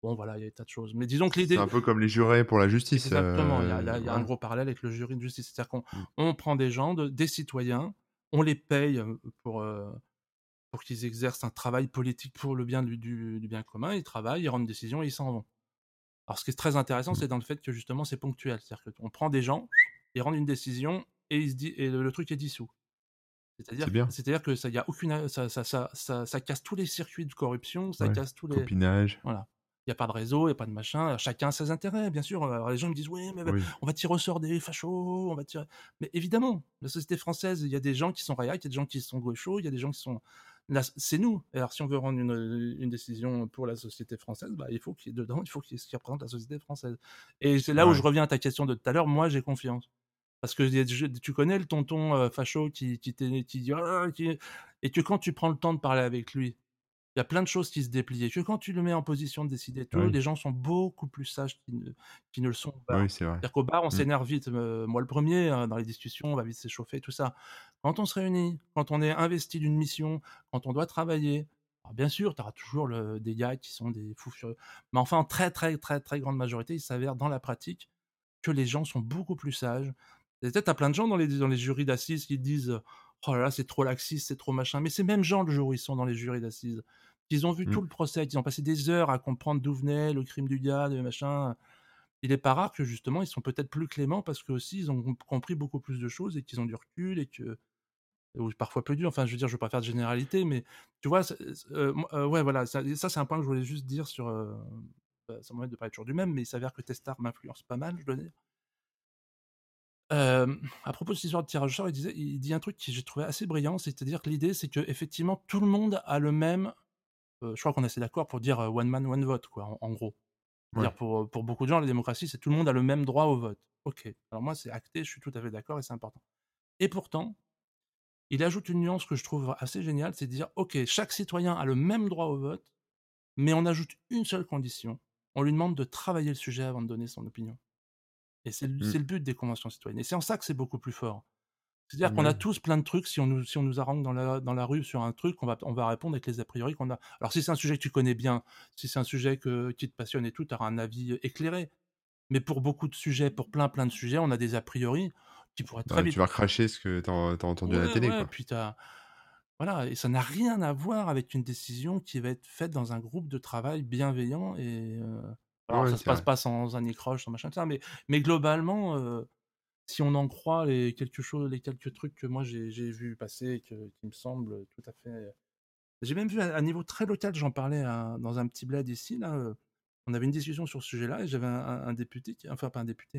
Bon, voilà, il y a des tas de choses. Mais disons que C'est l'idée, un peu comme les jurés pour la justice. exactement, il y a un Voilà. gros parallèle avec le jury de justice. C'est-à-dire qu'on Mm. on prend des gens, des citoyens, on les paye pour qu'ils exercent un travail politique pour le bien du bien commun. Ils travaillent, ils rendent une décision et ils s'en vont. Alors, ce qui est très intéressant, Mm. c'est dans le fait que justement, c'est ponctuel. C'est-à-dire qu'on prend des gens, ils rendent une décision et le truc est dissous. C'est bien. C'est-à-dire que ça, y a aucune, ça casse tous les circuits de corruption, ça Ouais. casse tous les, Copinage. voilà. Il y a pas de réseau, il y a pas de machin. Chacun a ses intérêts, bien sûr. Alors les gens me disent oui, mais Oui. on va tirer au sort des fachos, on va tirer. Mais évidemment, la société française, il y a des gens qui sont réac, il y a des gens qui sont gauchos, il y a des gens qui sont. Là, c'est nous. Alors si on veut rendre une décision pour la société française, bah, il faut qu'il y ait dedans, il faut qu'il y ait ce qui représente la société française. Et c'est là où je Ouais. reviens à ta question de tout à l'heure. Moi, j'ai confiance. Parce que tu connais le tonton facho qui dit ah, et que quand tu prends le temps de parler avec lui, il y a plein de choses qui se déplient. Et que quand tu le mets en position de décider et tout, Oui. les gens sont beaucoup plus sages qu'ils ne le sont au bar. Oui, c'est vrai. C'est-à-dire qu'au bar, on Mm. s'énerve vite. Moi, le premier, dans les discussions, on va vite s'échauffer, tout ça. Quand on se réunit, quand on est investi d'une mission, quand on doit travailler, alors bien sûr, tu auras toujours des gars qui sont des fous furieux. Mais enfin, en très, très, très, très grande majorité, il s'avère dans la pratique que les gens sont beaucoup plus sages. Et peut-être, t'as plein de gens dans les jurys d'assises qui disent oh là là, c'est trop laxiste, c'est trop machin. Mais ces mêmes gens, le jour où ils sont dans les jurys d'assises, ils ont vu Mm. tout le procès, ils ont passé des heures à comprendre d'où venait le crime du gars, de machin. Il est pas rare que justement, ils sont peut-être plus cléments parce que aussi ils ont compris beaucoup plus de choses et qu'ils ont du recul et que ou parfois peu dur. Enfin, je veux dire, je veux pas faire de généralité, mais tu vois, ouais, voilà, ça c'est un point que je voulais juste dire sur. Ça m'embête de parler toujours du même, mais il s'avère que Testard m'influence pas mal, je dois dire. À propos de cette histoire de tirage au sort, il dit un truc que j'ai trouvé assez brillant, c'est-à-dire que l'idée, c'est que effectivement tout le monde a le même. Je crois qu'on est assez d'accord pour dire one man, one vote, quoi, en gros. Ouais. C'est-à-dire pour beaucoup de gens, la démocratie, c'est tout le monde a le même droit au vote. Ok. Alors moi, c'est acté, je suis tout à fait d'accord et c'est important. Et pourtant, il ajoute une nuance que je trouve assez géniale, c'est de dire ok, chaque citoyen a le même droit au vote, mais on ajoute une seule condition. On lui demande de travailler le sujet avant de donner son opinion. Et c'est le, Mm. c'est le but des conventions citoyennes. Et c'est en ça que c'est beaucoup plus fort. C'est-à-dire qu'on a Ouais. tous plein de trucs, si on nous harangue dans la rue sur un truc, on va répondre avec les a priori qu'on a. Alors si c'est un sujet que tu connais bien, si c'est un sujet qui te passionne et tout, tu auras un avis éclairé. Mais pour beaucoup de sujets, pour plein plein de sujets, on a des a priori qui pourraient très Ouais, vite. tu vas cracher ce que t'as entendu à la Ouais, télé, ouais, quoi. puis voilà, et ça n'a rien à voir avec une décision qui va être faite dans un groupe de travail bienveillant et alors Ouais, ça se c'est passe vrai. pas sans anicroche, sans machin, tout ça, mais globalement, si on en croit les quelques trucs que moi j'ai vu passer et qui me semblent tout à fait. J'ai même vu à niveau très local, j'en parlais dans un petit bled ici, là, on avait une discussion sur ce sujet-là et j'avais un député, enfin pas un député,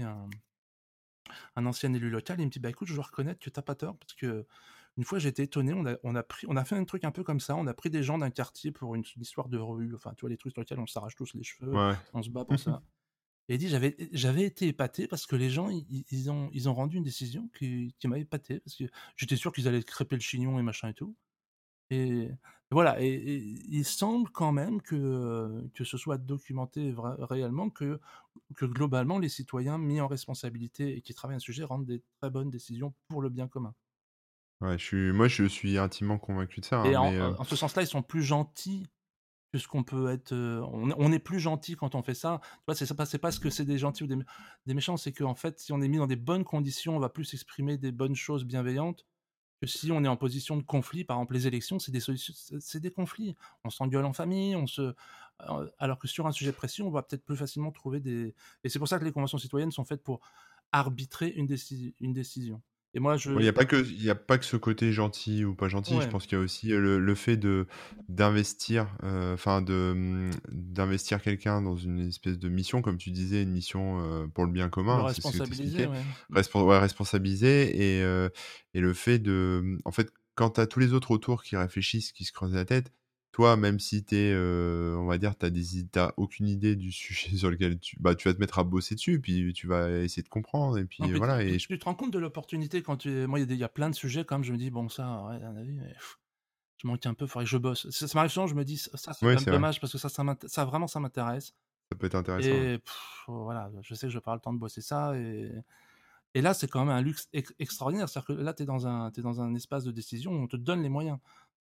un ancien élu local, il me dit bah écoute, je dois reconnaître que t'as pas tort parce que une fois j'étais étonné, on a fait un truc un peu comme ça, on a pris des gens d'un quartier pour une histoire de rue, enfin tu vois les trucs sur lesquels on s'arrache tous les cheveux, Ouais. on se bat pour ça. Et il dit j'avais été épaté parce que les gens ils ont rendu une décision qui m'a épaté parce que j'étais sûr qu'ils allaient crêper le chignon et machin et tout. Et voilà, et il semble quand même que ce soit documenté réellement que globalement les citoyens mis en responsabilité et qui travaillent un sujet rendent des très bonnes décisions pour le bien commun. Ouais, moi, je suis intimement convaincu de ça, hein, Et en, mais en ce sens-là, ils sont plus gentils que ce qu'on peut être. On est plus gentil quand on fait ça. Tu vois, c'est pas ce que c'est des gentils ou des méchants, c'est qu'en fait, si on est mis dans des bonnes conditions, on va plus exprimer des bonnes choses bienveillantes que si on est en position de conflit. Par exemple, les élections, c'est des solutions, c'est des conflits. On s'engueule en famille, alors que sur un sujet précis, on va peut-être plus facilement trouver des. Et c'est pour ça que les conventions citoyennes sont faites pour arbitrer une décision. Et moi, il y a pas que il y a pas que ce côté gentil ou pas gentil. Je ouais, pense qu'il y a aussi, le fait d'investir, enfin d'investir quelqu'un dans une espèce de mission, comme tu disais, une mission, pour le bien le commun, c'est ce que tu responsabiliser, expliquais. ouais. Ouais, responsabiliser et le fait en fait, quand tu as tous les autres autour qui réfléchissent, qui se creusent la tête, toi, même si tu es, on va dire, tu aucune idée du sujet sur lequel tu vas te mettre à bosser dessus, puis tu vas essayer de comprendre et Non, puis puis tu, voilà tu- et tu te rends compte de l'opportunité quand moi, il y a plein de sujets quand même, je me dis, bon, ça, ouais, à mon avis, mais, je manque un peu, faudrait que je bosse. Ça m'arrive souvent, je me dis, ça, c'est ouais, quand même c'est vrai. dommage parce que ça vraiment, ça m'intéresse. Ça peut être intéressant, ouais. Et voilà, je sais que je vais pas avoir le temps de bosser ça. Et là, c'est quand même un luxe extraordinaire. C'est-à-dire que là, t'es dans un espace de décision où on te donne les moyens.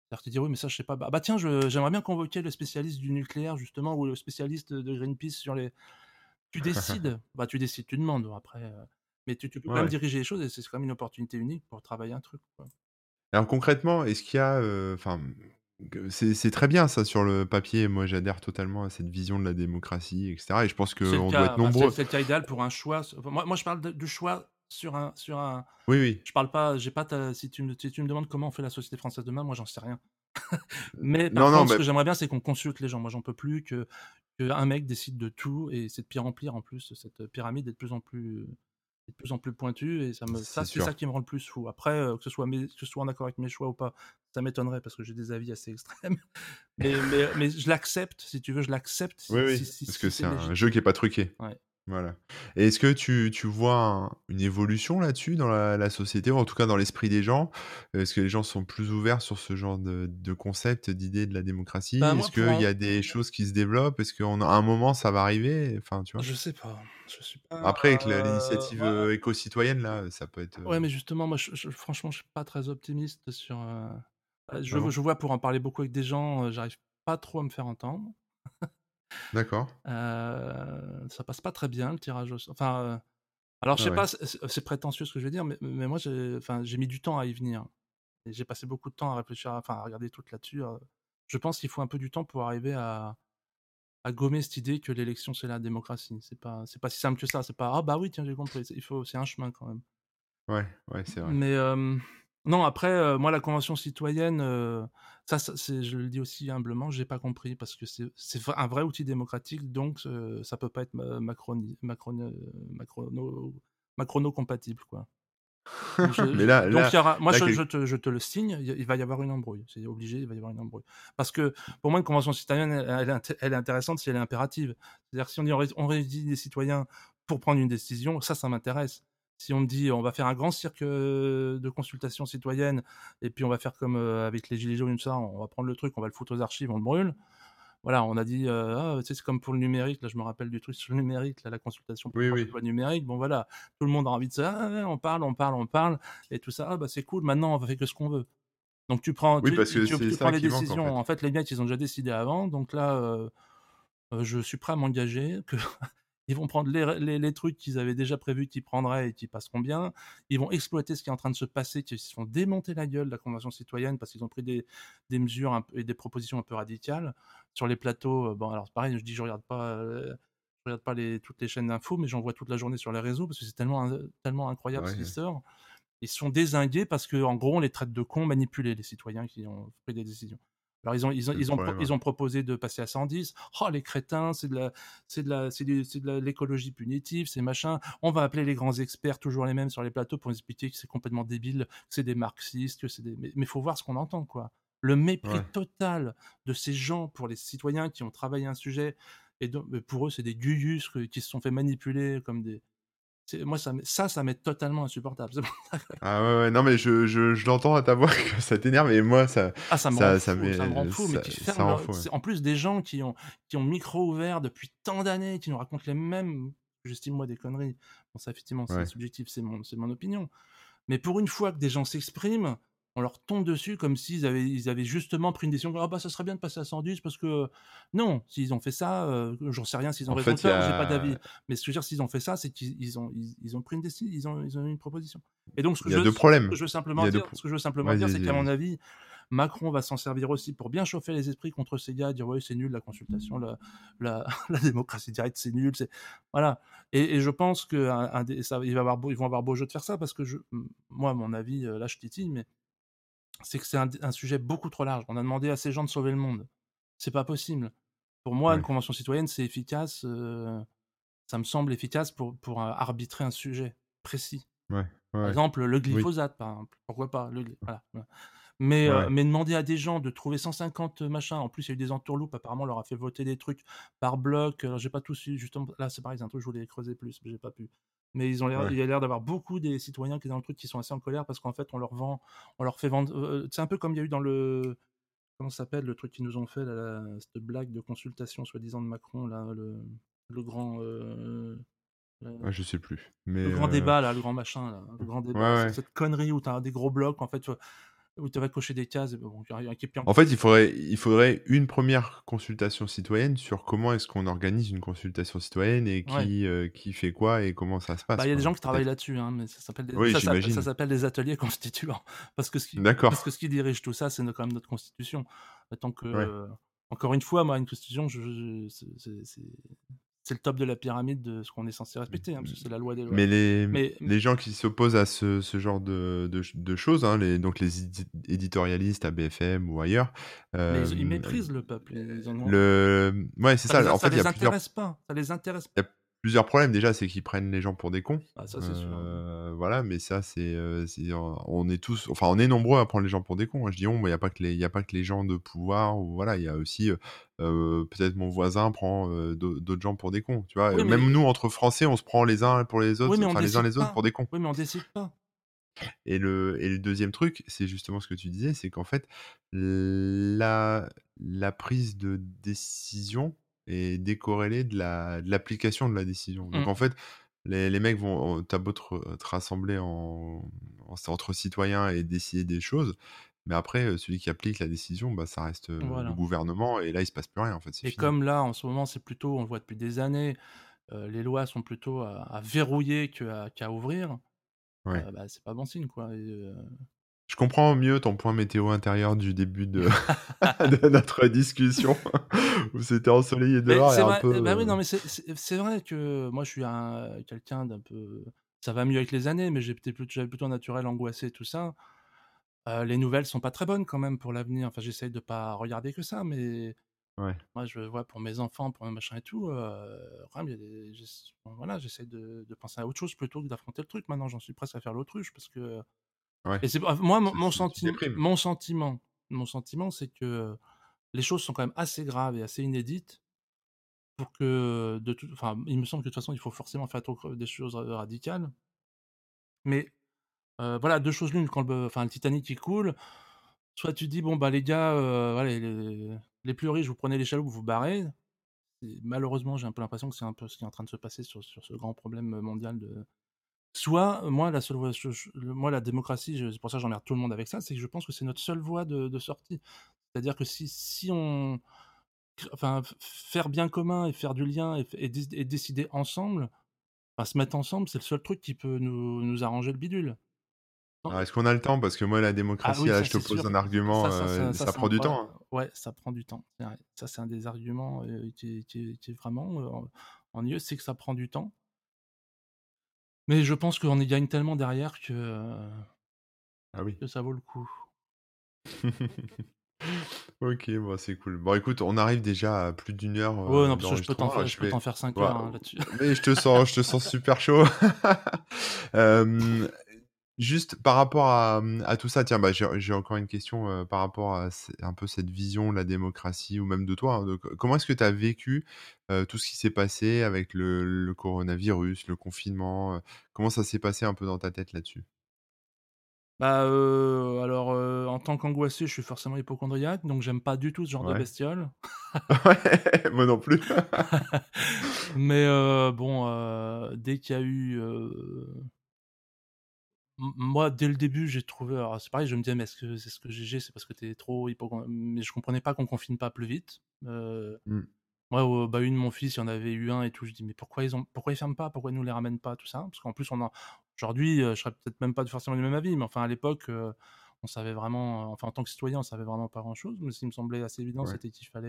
C'est-à-dire te dire: «Oui, mais ça, je sais pas». Bah tiens, j'aimerais bien convoquer le spécialiste du nucléaire justement ou le spécialiste de Greenpeace sur les tu décides, bah, tu décides, tu demandes, bon après, mais tu peux quand même Ouais. diriger les choses et c'est quand même une opportunité unique pour travailler un truc, quoi. Alors concrètement, est-ce qu'il y a, enfin, que c'est très bien ça sur le papier. Moi, j'adhère totalement à cette vision de la démocratie et cetera et je pense C'est le qu'on doit être cas, bah, c'est nombreux. c'est le cas idéal pour un choix enfin, moi je parle de du choix sur un Oui, oui. je parle pas j'ai pas ta si tu me demandes comment on fait la société française demain, moi j'en sais rien. Mais par Non, non, contre, ce mais que j'aimerais bien, c'est qu'on consulte les gens. Moi, j'en peux plus qu'un mec décide de tout et c'est de pire en pire en plus, cette pyramide est de plus en plus pointue et c'est c'est ça sûr. qui me rend le plus fou. Après, que ce soit en accord avec mes choix ou pas, ça m'étonnerait parce que j'ai des avis assez extrêmes. Mais je l'accepte, si tu veux, je l'accepte Oui, si oui, si si parce que si c'est c'est un jeu légitime. qui est pas truqué. Ouais. Voilà. Et est-ce que tu vois une évolution là-dessus dans la société ou en tout cas dans l'esprit des gens? Est-ce que les gens sont plus ouverts sur ce genre de concept, d'idée de la démocratie? Bah, Est-ce moi, pour qu'il y en a des choses qui se développent? Est-ce qu'à un moment ça va arriver? Enfin, tu vois? je sais pas, je suis pas, Après avec l'initiative, bah, éco-citoyenne là, ça peut être, ouais, mais justement, moi, franchement, je suis pas très optimiste sur, ah bon? je vois pour en parler beaucoup avec des gens, j'arrive pas trop à me faire entendre. D'accord. Ça passe pas très bien le tirage au sort. Enfin, alors je Ah sais ouais. pas, c'est prétentieux ce que je vais dire, mais moi j'ai mis du temps à y venir et j'ai passé beaucoup de temps à réfléchir, à regarder tout là-dessus. Je pense qu'il faut un peu du temps pour arriver à gommer cette idée que l'élection c'est la démocratie. C'est pas si simple que ça. C'est pas ah bah oui tiens j'ai compris. C'est un chemin quand même. Ouais, ouais, c'est vrai. Mais non, après, moi, la convention citoyenne, ça c'est je le dis aussi humblement, j'ai pas compris parce que un vrai outil démocratique, donc ça peut pas être macrono-compatible, quoi. Donc Mais là donc là il y aura moi, là je quel te le signe, il va y avoir une embrouille. C'est obligé, il va y avoir une embrouille. Parce que pour moi, une convention citoyenne, elle est intéressante si elle est impérative. C'est-à-dire que si on dit on réunit des citoyens pour prendre une décision, ça m'intéresse. Si on me dit on va faire un grand cirque de consultation citoyenne et puis on va faire comme avec les gilets jaunes et tout ça, on va prendre le truc, on va le foutre aux archives, on le brûle. Voilà, on a dit ah, tu sais, c'est comme pour le numérique, là je me rappelle du truc sur le numérique, là, la consultation pour le oui, projet de oui. loi numérique. Bon voilà, tout le monde a envie de ça, ah, ouais, on parle, on parle, on parle et tout ça, ah bah c'est cool, maintenant on fait que ce qu'on veut. Donc tu prends Oui, tu parce que tu c'est tu prends ça les qui manque en décisions, fait. en fait les mecs ils ont déjà décidé avant, donc là je suis prêt à m'engager que ils vont prendre les trucs qu'ils avaient déjà prévus qu'ils prendraient et qui passeront bien. Ils vont exploiter ce qui est en train de se passer, qu'ils se font démonter la gueule de la Convention citoyenne parce qu'ils ont pris des mesures et des propositions un peu radicales. Sur les plateaux, bon alors pareil, je dis je regarde pas toutes les chaînes d'infos, mais j'en vois toute la journée sur les réseaux parce que c'est tellement incroyable ce qui Ouais. sort. Ils sont dézingués parce qu'en gros, on les traite de cons manipulés, les citoyens qui ont pris des décisions. Alors C'est le problème, ouais. ils ont proposé de passer à 110. Oh les crétins, c'est de l'écologie punitive, c'est machin. On va appeler les grands experts, toujours les mêmes sur les plateaux, pour nous expliquer que c'est complètement débile, que c'est des marxistes, que c'est des. Mais faut voir ce qu'on entend, quoi. Le mépris Ouais. total de ces gens pour les citoyens qui ont travaillé un sujet et donc, mais pour eux c'est des guyus qui se sont fait manipuler comme des. Moi ça m'est totalement insupportable. Ah ouais, ouais, non mais je l'entends à ta voix que ça t'énerve et moi ça Ah, ça me rend ça ça fou, ça me rend m'est fou, mais ça qui ça ferment rend leur fou, ouais. c'est en plus des gens qui ont le micro ouvert depuis tant d'années, qui nous racontent les mêmes j'estime moi des conneries. Bon ça effectivement c'est Ouais. subjectif, c'est mon opinion. Mais pour une fois que des gens s'expriment, on leur tombe dessus comme ils avaient justement pris une décision: «Ah bah, ça serait bien de passer à 110 parce que» non, s'ils ont fait ça, j'en sais rien s'ils ont En raison ou fait, il y tort, j'ai pas a d'avis. Mais ce que je veux dire, s'ils ont fait ça, c'est qu'ils ont pris une décision, ils ont eu une proposition. Et donc il y a 2 problèmes. Il y a 2 ce pro que je veux simplement vas-y, dire, c'est vas-y, qu'à mon vas-y. avis, Macron va s'en servir aussi pour bien chauffer les esprits contre ces gars, dire: «Ouais, c'est nul la consultation, la la démocratie directe, c'est nul, c'est» voilà. Et je pense qu'un des ça ils vont avoir beau jeu de faire ça parce que moi, à mon avis, là, je titille, mais c'est que c'est un sujet beaucoup trop large. On a demandé à ces gens de sauver le monde. C'est pas possible. Pour moi, une Ouais, convention citoyenne, c'est efficace, ça me semble efficace pour arbitrer un sujet précis. ouais, ouais, Par ouais. exemple, le Oui, glyphosate, par exemple, pourquoi pas? Voilà, voilà. Mais, ouais, heu, ouais. mais demander à des gens de trouver 150 machins, en plus il y a eu des entourloupes, apparemment on leur a fait voter des trucs par bloc, alors j'ai pas tout su justement là c'est pareil, c'est un truc que je voulais creuser plus, mais j'ai pas pu. Mais Ouais. il y a l'air d'avoir beaucoup des citoyens qui dans le truc qui sont assez en colère parce qu'en fait on leur fait vendre, c'est un peu comme il y a eu dans le comment ça s'appelle le truc qu'ils nous ont fait là, cette blague de consultation soi-disant de Macron là, le grand, Ouais, je sais plus. Mais le grand débat là, le grand machin là, le grand ouais, débat, ouais. cette connerie où tu as des gros blocs en fait, où tu vas cocher des cases, et bon, et puis En fait, il faudrait une première consultation citoyenne sur comment est-ce qu'on organise une consultation citoyenne et ouais. qui fait quoi et comment ça se Bah, passe, il y a des quoi, gens qui travaillent peut-être. là-dessus, hein, mais Oui, ça j'imagine. s'appelle des ateliers constituants. Parce D'accord. que ce qui dirige tout ça, c'est quand même notre constitution. Tant Ouais. que, encore une fois, moi, une constitution, c'est le top de la pyramide de ce qu'on est censé respecter, hein, parce que c'est la loi des lois. Mais les Mais les gens qui s'opposent à ce genre de choses, hein, donc les éditorialistes à BFM ou ailleurs, ils hem, méprisent le peuple, ils en ont ouais, c'est ça. En fait, ça les intéresse pas, ça les intéresse il y a plusieurs problèmes. Déjà, c'est qu'ils prennent les gens pour des cons. pas, ça, c'est sûr, hein. Voilà, mais ça, on est tous, enfin, on est nombreux à prendre les gens pour des cons, hein. Je dis «on», mais il y a pas que les gens de pouvoir, ou voilà, il y a aussi, peut-être mon voisin prend, d'autres gens pour des cons, tu vois? Oui, Même mais nous, entre Français, on se prend les uns pour les oui, autres, mais on enfin, les uns décide les autres pas. pour des cons. Oui, mais on décide pas. Et le deuxième truc, c'est justement ce que tu disais, c'est qu'en fait, la prise de décision est décorrélée de l'application de la décision. Donc Mmh. en fait, les mecs vont, tu beau te rassembler entre citoyens et décider des choses, mais après, celui qui applique la décision, bah, ça reste, le Voilà. gouvernement, et là, il se passe plus rien, en fait, c'est Et fini. comme là, en ce moment, c'est plutôt, on le voit depuis des années, les lois sont plutôt à verrouiller qu'à ouvrir, Ouais. bah, c'est pas bon signe, quoi. Je comprends mieux ton point météo intérieur du début de de notre discussion où c'était ensoleillé Mais dehors et c'est un vrai, peu, bah, oui, non, mais c'est vrai que moi, je suis quelqu'un d'un peu, ça va mieux avec les années, mais j'avais plutôt un naturel angoissé, tout ça. Les nouvelles sont pas très bonnes quand même pour l'avenir. Enfin, j'essaye de pas regarder que ça, mais ouais, moi, je vois pour mes enfants, pour mes machins et tout, quand même, il y a bon, voilà, j'essaie de penser à autre chose plutôt que d'affronter le truc. Maintenant, j'en suis presque à faire l'autruche parce que, ouais. et c'est moi, Tu déprimes. mon sentiment, c'est que les choses sont quand même assez graves et assez inédites pour que, enfin, il me semble que de toute façon, il faut forcément faire des choses radicales. Mais voilà, 2 choses l'une, quand le Titanic il coule, soit tu dis: «Bon, bah, les gars, voilà, les plus riches, vous prenez les chaloupes, vous vous barrez». Et malheureusement, j'ai un peu l'impression que c'est un peu ce qui est en train de se passer sur ce grand problème mondial de, soit, moi, la seule voie, moi, la démocratie, c'est pour ça que j'emmerde tout le monde avec ça, c'est que je pense que c'est notre seule voie de sortie. C'est-à-dire que si on, enfin, faire bien commun et faire du lien et décider ensemble, enfin, se mettre ensemble, c'est le seul truc qui peut nous arranger le bidule. Non, Alors est-ce qu'on a le temps? Parce que moi, la ah démocratie, oui, là, ça je te c'est pose sûr. un argument, Ça ça c'est prend du ouais, temps, hein. ouais, ça prend du temps, c'est vrai. Ça, c'est un des arguments, qui est vraiment, ennuyeux, c'est que ça prend du temps. Mais je pense qu'on y gagne tellement derrière Ah oui. que ça vaut le coup. OK, bon, c'est cool. Bon, écoute, on arrive déjà à plus d'1 heure, Ouais, non, parce que d'enregistrement. je peux t'en faire 5 Ouais, heures, hein, là-dessus. mais je te sens super chaud. Hem, Juste par rapport à tout ça, tiens, bah, j'ai encore une question, par rapport à un peu cette vision de la démocratie, ou même de toi, hein, comment est-ce que tu as vécu, tout ce qui s'est passé avec le coronavirus, le confinement, comment ça s'est passé un peu dans ta tête là-dessus? Bah, alors, en tant qu'angoissé, je suis forcément hypocondriaque, donc j'aime pas du tout ce genre de Ouais. bestiole. Ouais, moi non plus. Mais, bon, dès qu'il y a eu, moi, dès le début, j'ai trouvé, alors c'est pareil, je me disais: «Mais est-ce que c'est ce que c'est parce que t'es trop hypocon», mais je comprenais pas qu'on confine pas plus vite. Mmh, Moi, au bahut de mon fils, il y en avait eu un et tout, je dis: «Mais pourquoi ils ferment pas? Pourquoi ils nous les ramènent pas?» tout ça. Parce qu'en plus, aujourd'hui, je serais peut-être même pas forcément du même avis, mais enfin, à l'époque, on savait vraiment, enfin, en tant que citoyen, on savait vraiment pas grand-chose, mais ce qui me semblait assez évident, ouais. c'était qu'il fallait,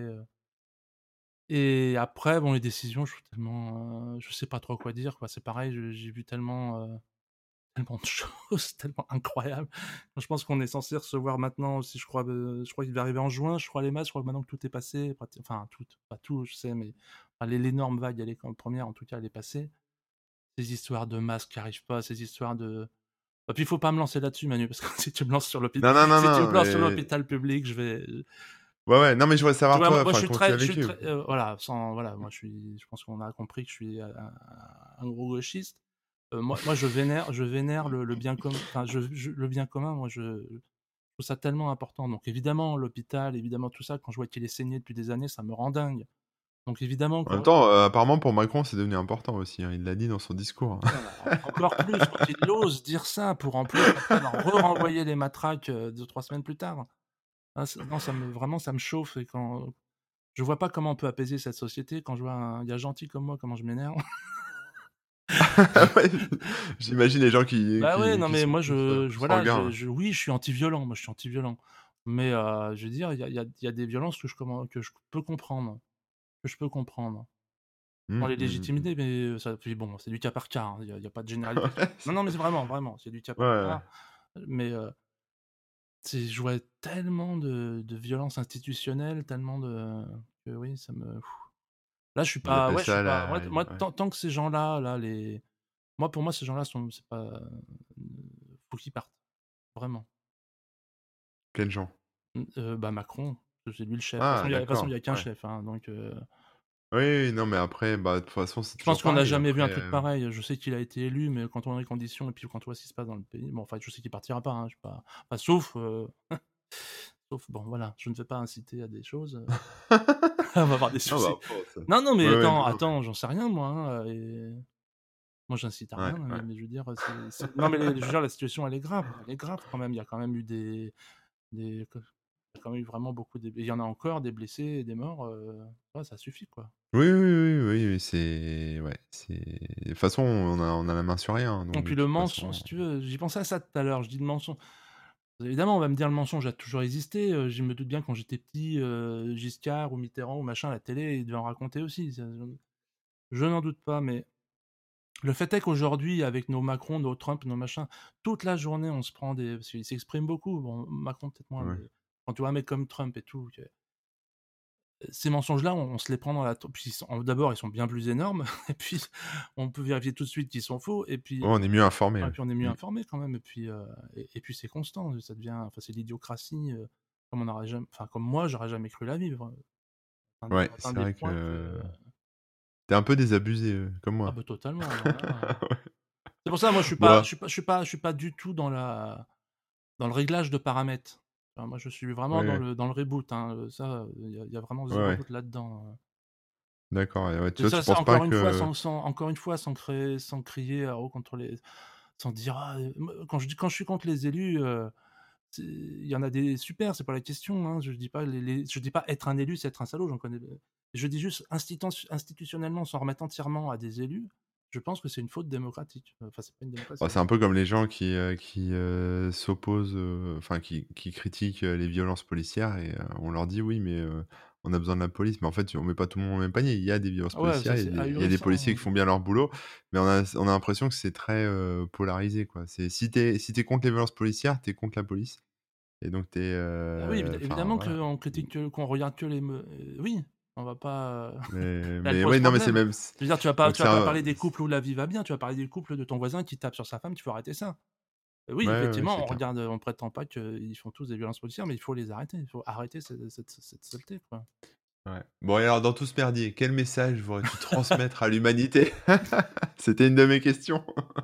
et après, bon, les décisions, je suis tellement, je sais pas trop quoi dire, quoi. C'est pareil, j'ai vu tellement de choses, tellement incroyables. Je pense qu'on est censé recevoir maintenant aussi, je crois qu'il va arriver en juin, je crois, les masques, je crois que maintenant que tout est passé, enfin tout, pas tout, je sais, mais enfin, l'énorme vague, elle est comme première, en tout cas, elle est passée. Ces histoires de masques qui arrivent pas, ces histoires de. Et puis il faut pas me lancer là-dessus, Manu, parce que si tu me lances sur l'hôpital, Non, non, non, si tu me non, lances sur mais l'hôpital public, je vais. ouais, ouais, non, mais je voudrais Tu savoir vois, toi, moi enfin, comment tu l'as je suis vécu? très, voilà, voilà, moi je pense qu'on a compris que je suis un gros gauchiste. Moi je vénère le bien commun, enfin le bien commun, moi je trouve ça tellement important. Donc évidemment l'hôpital, évidemment tout ça, quand je vois qu'il est saigné depuis des années, ça me rend dingue. Donc évidemment, En même quand temps, apparemment pour Macron, c'est devenu important aussi, hein. Il l'a dit dans son discours. ouais, encore plus quand il ose dire ça pour en plus après leur renvoyer les matraques 2-3 semaines plus tard. Ah, non, vraiment, ça me chauffe. Et quand je vois pas comment on peut apaiser cette société, quand je vois un gars gentil comme moi, comment je m'énerve. Ouais, j'imagine les gens qui Bah ouais, qui non, qui mais sont moi, plus, plus voilà, sanguins. oui, je suis anti-violent. Moi, je suis anti-violent. Mais je veux dire, il y a des violences que je peux comprendre. Que je peux comprendre. Sans Mmh, les mmh, mmh, mmh. légitimiser, mais ça, puis bon, c'est du cas par cas. Hein. Il y a pas de généralité. Ouais, Non, non, mais c'est vraiment, vraiment, c'est du cas ouais, par ouais. cas. Mais je vois tellement de violence institutionnelle, tellement que oui, ça me. Là, je suis Ils pas. appellent Ouais, je suis ça pas. la Moi, ouais. tant que ces gens-là, là, pour moi, ces gens-là sont. C'est pas. Faut qu'ils partent. Vraiment. Quels gens? Bah, Macron, c'est lui le chef. Ah De toute façon, il y d'accord, a qu'un ouais. chef, hein, donc Oui, oui, non mais après, bah, de toute façon, c'est je pense toujours qu'on n'a pareil jamais vu un après, truc pareil. Je sais qu'il a été élu, mais quand on voit les conditions et puis quand on voit ce qui se passe dans le pays, bon, enfin, je sais qu'il partira pas, hein, je suis pas enfin, sauf bon, voilà, je ne vais pas inciter à des choses, on va avoir des Non, bah, soucis. après ça Non, non, mais ouais, ouais, non, non, attends, j'en sais rien moi, hein, et moi j'incite à mais rien, ouais, mais ouais. je veux dire, non, mais je veux dire, la situation elle est grave quand même. Il y a quand même eu des il y a quand même eu vraiment beaucoup il y en a encore des blessés et des morts, ouais, ça suffit quoi. Oui, oui, oui, oui, oui, c'est ouais, c'est de toute façon, on a la main sur rien, Et donc de puis le toute mensonge, façon si tu veux, j'y pensais à ça tout à l'heure, je dis le mensonge. Évidemment, on va me dire le mensonge a toujours existé, je me doute bien quand j'étais petit, Giscard ou Mitterrand ou machin, à la télé, ils devaient en raconter aussi, ça je n'en doute pas, mais le fait est qu'aujourd'hui, avec nos Macron, nos Trump, nos machins, toute la journée, on se prend des parce qu'ils s'expriment beaucoup, bon, Macron peut-être moins, ouais. mais quand tu vois un mec comme Trump et tout, ces mensonges-là, on se les prend dans la puis d'abord, ils sont bien plus énormes et puis on peut vérifier tout de suite qu'ils sont faux et puis Ouais, on est mieux informés, ouais, ouais. puis on est mieux Mmh. informé quand même, et puis c'est constant, ça devient, enfin c'est l'idiocratie, comme on n'aurait jamais, enfin comme moi j'aurais jamais cru la vivre, Ouais, atteint c'est des vrai points que tu es un peu désabusé, comme ah moi. bah totalement, alors là, c'est pour ça moi Moi je suis pas du tout dans le réglage de paramètres. Enfin, moi je suis vraiment ouais, dans le reboot, hein, ça, il y a vraiment ouais, zéro ouais, doute là-dedans, d'accord et ouais, tu et vois, tu penses pas encore une fois que encore une fois sans crier à haut contre les sans dire: «Ah, moi quand je suis contre les élus, il y en a des super, c'est pas la question, hein. Je dis pas être un élu, c'est être un salaud, j'en connais. Je dis juste institutionnellement, s'en remettre entièrement à des élus, je pense que c'est une faute démocratique. Enfin, c'est pas une bah, démocratie. c'est un peu comme les gens qui s'opposent, enfin qui critiquent, les violences policières et on leur dit: «Oui, mais on a besoin de la police». Mais en fait, on met pas tout le monde au même panier. Il y a des violences Ah ouais, policières, ça c'est il y a des policiers ahurissant. qui font bien leur boulot, mais on a l'impression que c'est très, polarisé, quoi. C'est si tu es contre les violences policières, tu es contre la police et donc tu es, Ah oui, enfin évidemment voilà. qu'on critique qu'on regarde que oui, on va pas, là elle Mais pose ouais, non, mais c'est problème. même Je veux dire, donc tu c'est vas pas un parler des couples où la vie va bien, tu vas parler des couples de ton voisin qui tape sur sa femme, tu faut arrêter ça. Oui, ouais, ouais, ouais, effectivement, c'est clair. on prétend pas qu'ils font tous des violences policières, mais il faut les arrêter. Il faut arrêter cette saleté, quoi. Ouais. Bon et alors dans tout ce merdier, quel message voudrais-tu transmettre à l'humanité? C'était une de mes questions.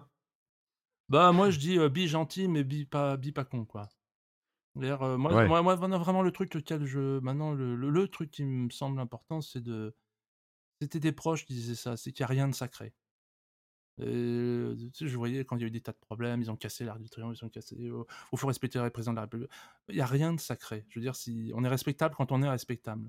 Bah, moi, je dis, «Be gentil, mais be pas con», quoi. D'ailleurs, Ouais, vraiment le truc lequel maintenant le truc qui me semble important, c'était des proches qui disaient ça, c'est qu'il y a rien de sacré. Tu sais, je voyais quand il y a eu des tas de problèmes, ils ont cassé l'Arc de Triomphe, ils ont cassé, faut respecter le président de la République. Il y a rien de sacré. Je veux dire, si on est respectable quand on est respectable.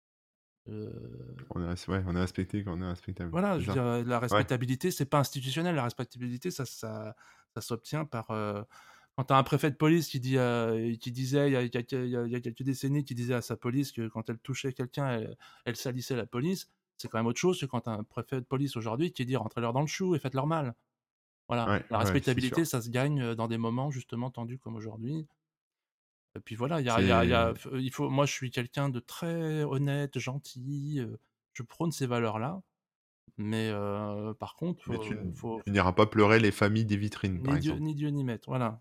Heu on est respecté quand on est respectable, Voilà, c'est je veux ça? dire, la Ouais, respectabilité, c'est pas institutionnel. La respectabilité, ça s'obtient par, quand tu as un préfet de police qui disait il y a quelques décennies, qui disait à sa police que quand elle touchait quelqu'un, elle salissait la police. C'est quand même autre chose que quand tu as un préfet de police aujourd'hui qui dit: «Rentrez-leur dans le chou et faites-leur mal». Voilà, ouais, la ouais, c'est respectabilité, sûr. ça se gagne, dans des moments justement tendus comme aujourd'hui, et puis voilà, C'est il faut moi, je suis quelqu'un de très honnête, gentil, je prône ces valeurs-là. Mais par contre, mais tu faut tu n'iras pas pleurer les familles des vitrines, par exemple. ni Dieu ni maître, voilà.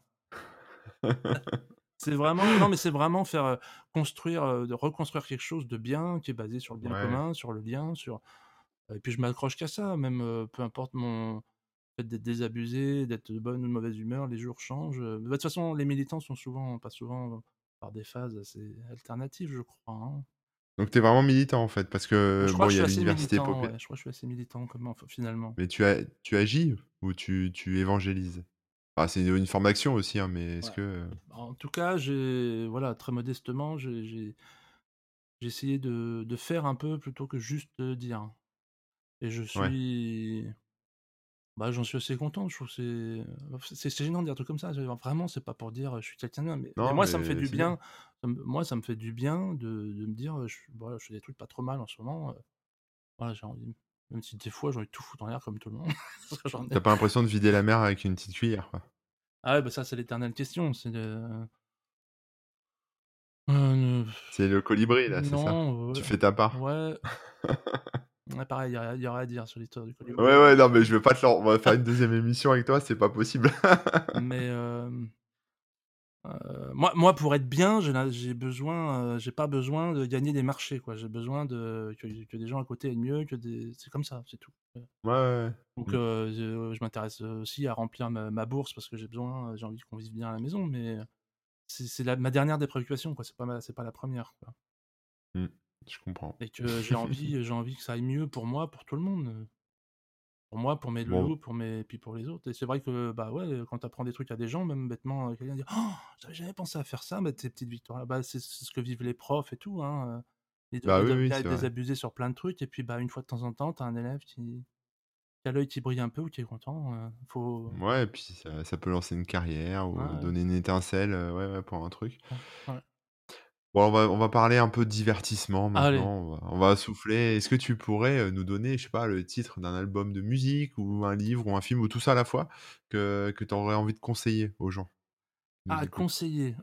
C'est vraiment non, mais c'est vraiment faire, construire, de reconstruire quelque chose de bien, qui est basé sur le bien Ouais, commun, sur le lien, et puis je m'accroche qu'à ça, même, peu importe mon fait d'être désabusé, d'être de bonne ou de mauvaise humeur, les jours changent, de toute façon, les militants sont souvent par des phases assez alternatives, je crois, hein. Donc t'es vraiment militant en fait, parce que Je crois bon, que il je y suis a assez l'université militant, populaire. ouais, je crois que je suis assez militant comme finalement. Mais tu agis ou tu évangélises? Enfin, c'est une forme d'action aussi, hein, mais est-ce Ouais. que. En tout cas, voilà, très modestement, j'ai essayé de faire un peu plutôt que juste dire. Et Ouais. j'en suis assez content. Je trouve que c'est gênant de dire un truc comme ça. Vraiment, c'est pas pour dire je suis quelqu'un de bien, mais Non, moi, ça me fait mais du c'est bien. bien. Moi, ça me fait du bien de me dire, voilà, je fais des trucs pas trop mal en ce moment. Voilà, j'ai envie, même si des fois j'ai envie de tout foutre en l'air comme tout le monde. Parce que j'en ai. T'as pas l'impression de vider la mer avec une petite cuillère, quoi. Ah ouais, bah ça, c'est l'éternelle question. Ne- C'est le colibri, là, c'est ça? Non, Tu fais ta part. ouais, ouais, pareil, il y aurait à dire sur l'histoire du Ouais, colibri. ouais, non, mais je vais pas te on va faire une deuxième émission avec toi, c'est pas possible. Mais moi, pour être bien, j'ai pas besoin de gagner des marchés, quoi. J'ai besoin que des gens à côté aient mieux, c'est comme ça, c'est tout. Ouais, ouais, Donc, ouais. je m'intéresse aussi à remplir ma bourse parce que j'ai envie qu'on vive bien à la maison, mais c'est ma dernière des préoccupations, quoi. C'est pas la première, quoi. Mm. Je comprends. Et que j'ai envie que ça aille mieux pour moi, pour tout le monde. Pour moi, pour mes Bon, loulous, puis pour les autres. Et c'est vrai que, bah ouais, quand t'apprends des trucs à des gens, même bêtement, quelqu'un dit: «Oh, j'avais jamais pensé à faire ça», bah, ces petites victoires, bah, c'est ce que vivent les profs et tout, hein. bah Ils oui, doivent oui, bien être c'est vrai. désabusés sur plein de trucs, et puis, bah, une fois de temps en temps, t'as un élève qui a l'œil qui brille un peu ou qui est content, faut Ouais, et puis ça peut lancer une carrière ouais, ou ouais, donner une étincelle, ouais, ouais, pour un truc. ouais, ouais. Bon, on va parler un peu divertissement Allez, maintenant, on va souffler. Est-ce que tu pourrais, nous donner, je sais pas, le titre d'un album de musique ou un livre ou un film ou tout ça à la fois que tu aurais envie de conseiller aux gens qui nous écoutent? conseiller,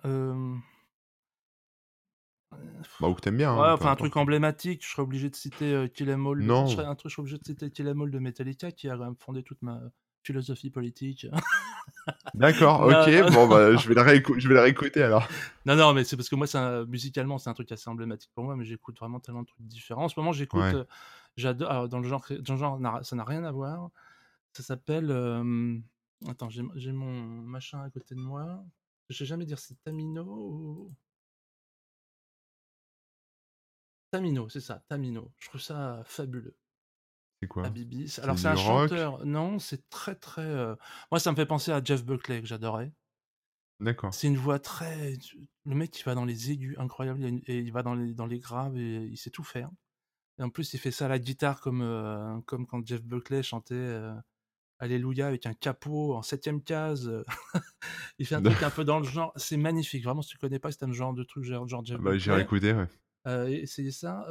Bah, ou que tu bien, ouais, hein, peu enfin, un truc importe, hein. emblématique, je serais obligé de citer, Kill 'Em All Non. je serais obligé de citer Kill 'Em All de Metallica, qui a quand même fondé toute ma philosophie politique. D'accord, OK, Non, non, bon, non. bah, je vais la réécouter alors. Non, non, mais c'est parce que moi, musicalement, c'est un truc assez emblématique pour moi, mais j'écoute vraiment tellement de trucs différents. En ce moment, Ouais, j'adore, alors dans le genre, ça n'a rien à voir. Ça s'appelle, attends, j'ai mon machin à côté de moi. Je sais jamais dire si c'est Tamino ou Tamino, c'est ça, Tamino. Je trouve ça fabuleux. c'est quoi? Habibi. C'est Alors, c'est du un rock? chanteur, non, c'est très, très. Moi, ça me fait penser à Jeff Buckley, que j'adorais. D'accord. C'est une voix très. Le mec, il va dans les aigus, incroyable, et il va dans les graves, et il sait tout faire. Et en plus, il fait ça à la guitare comme quand Jeff Buckley chantait Alléluia avec un capot en septième case. Il fait un truc un peu dans le genre. C'est magnifique. Vraiment, si tu connais pas, c'est un genre de truc genre Jeff Bah, j'irai Buckley. écouter, ouais. Essayez ça.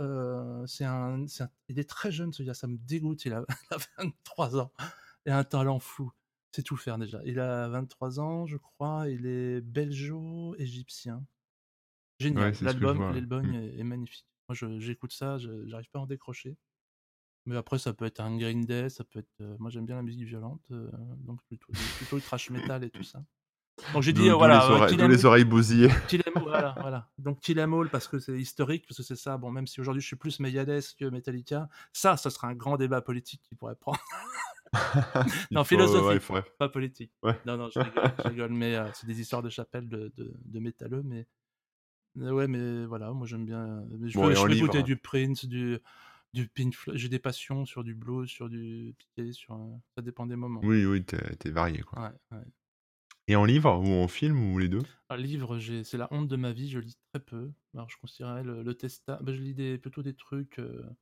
Il est très jeune, ce gars. Ça me dégoûte. Il a, il a 23 ans. Et un talent fou. C'est tout faire déjà. Il a 23 ans, je crois. Il est belgeo-égyptien. Ouais, Génial. c'est ce que je L'album, vois, ouais. l'album est magnifique. Moi, j'écoute ça. J'arrive pas à en décrocher. Mais après, ça peut être un Green Day, ça peut être. Moi, j'aime bien la musique violente, donc plutôt le thrash metal et tout ça. Donc j'ai dit, D'où les voilà, oreilles d'où les oreilles bousillées. Kill 'Em All, voilà, voilà. Donc Kill 'Em All parce que c'est historique, parce que c'est ça. Bon, même si aujourd'hui je suis plus Megadeth que Metallica, ça sera un grand débat politique qui pourrait prendre. Il Non, faut ouais, il philosophique, faudrait pas politique. ouais. Non, non, je rigole, mais c'est des histoires de chapelle de métalleux, mais ouais, mais voilà, moi j'aime bien. Mais Bon et je en peux écouter livre? du Prince, du Pink Floyd. J'ai des passions sur du blues, sur du piqué, ça dépend des moments. Oui, oui, t'es varié, quoi. Ouais, ouais. Et en livre ou en film ou les 2? Un livre, c'est la honte de ma vie, je lis très peu. Alors je considérerais le Testa, bah, je lis plutôt des trucs,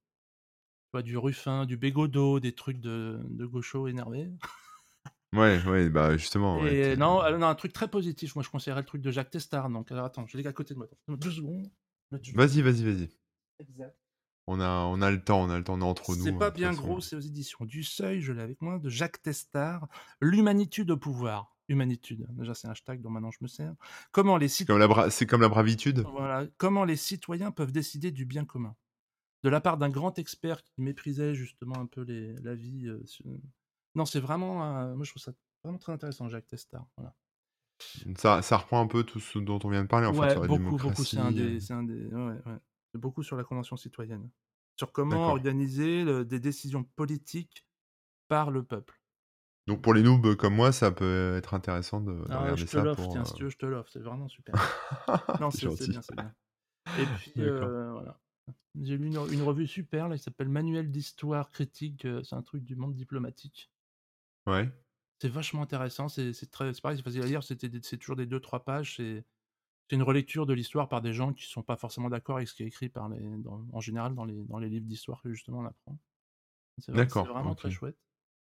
du Ruffin, du Bégodeau, des trucs de gauchos énervés. Ouais, ouais, bah, justement, ouais, Et non, non, un truc très positif, moi je conseillerais le truc de Jacques Testard. Donc alors attends, je l'ai à côté de moi. Attends, 2 secondes. Là, vas-y, vas-y, vas-y. exact. On a le temps, on est entre C'est nous, pas de toute bien façon. gros, c'est aux éditions du Seuil, je l'ai avec moi, de Jacques Testard. L'humanitude au pouvoir. Humanitude. Déjà, c'est un hashtag dont maintenant je me sers. Comment les, C'est cit- comme la bravitude? voilà, comment les citoyens peuvent décider du bien commun. De la part d'un grand expert qui méprisait justement un peu la vie. Non, c'est vraiment. Moi, je trouve ça vraiment très intéressant, Jacques Testard. Voilà. Ça reprend un peu tout ce dont on vient de parler, en fait, Ouais, sur la beaucoup, beaucoup. démocratie, Ouais, ouais. C'est beaucoup sur la Convention citoyenne. Sur comment d'accord. organiser des décisions politiques par le peuple. Donc pour les noobs comme moi, ça peut être intéressant de Ah, regarder je te ça l'offre, pour, tiens, si tu veux, je te l'offre. C'est vraiment super. Non, tu c'est gentil. bien, c'est bien. Et puis, D'accord. voilà. J'ai lu une revue super, là, qui s'appelle Manuel d'histoire critique, c'est un truc du monde diplomatique. Ouais. C'est vachement intéressant, c'est pareil, c'est facile à lire, c'est toujours des 2-3 pages, c'est une relecture de l'histoire par des gens qui sont pas forcément d'accord avec ce qui est écrit en général dans les livres d'histoire que justement on apprend. C'est D'accord, vraiment OK. très chouette.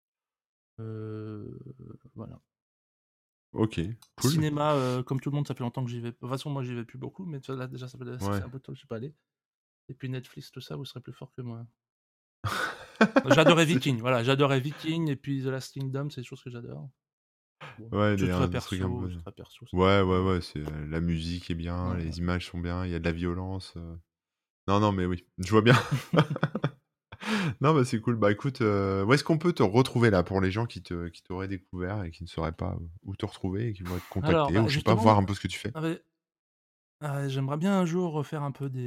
Voilà. OK, cool. Cinéma, comme tout le monde, ça fait longtemps que j'y vais. De toute façon, moi, j'y vais plus beaucoup, mais tu vois, là, déjà, ça Ouais. fait un bout de temps que je suis pas allé. Et puis Netflix, tout ça, vous serez plus fort que moi. J'adorais C'est Viking, voilà, j'adorais Viking et puis The Last Kingdom, c'est des choses que j'adore. Bon, ouais, des trucs un peu c'est très perso, c'est ouais, ouais, pas ouais, c'est, la musique est bien, ouais, les images sont bien, il y a de la violence, Non, non, mais oui, je vois bien. Non, bah, c'est cool. Bah, écoute, où est-ce qu'on peut te retrouver là pour les gens qui t'auraient découvert et qui ne sauraient pas où te retrouver et qui voudraient te Alors, contacter bah, ou je sais pas, voir justement, un peu ce que tu fais? ah ouais, j'aimerais bien un jour refaire un peu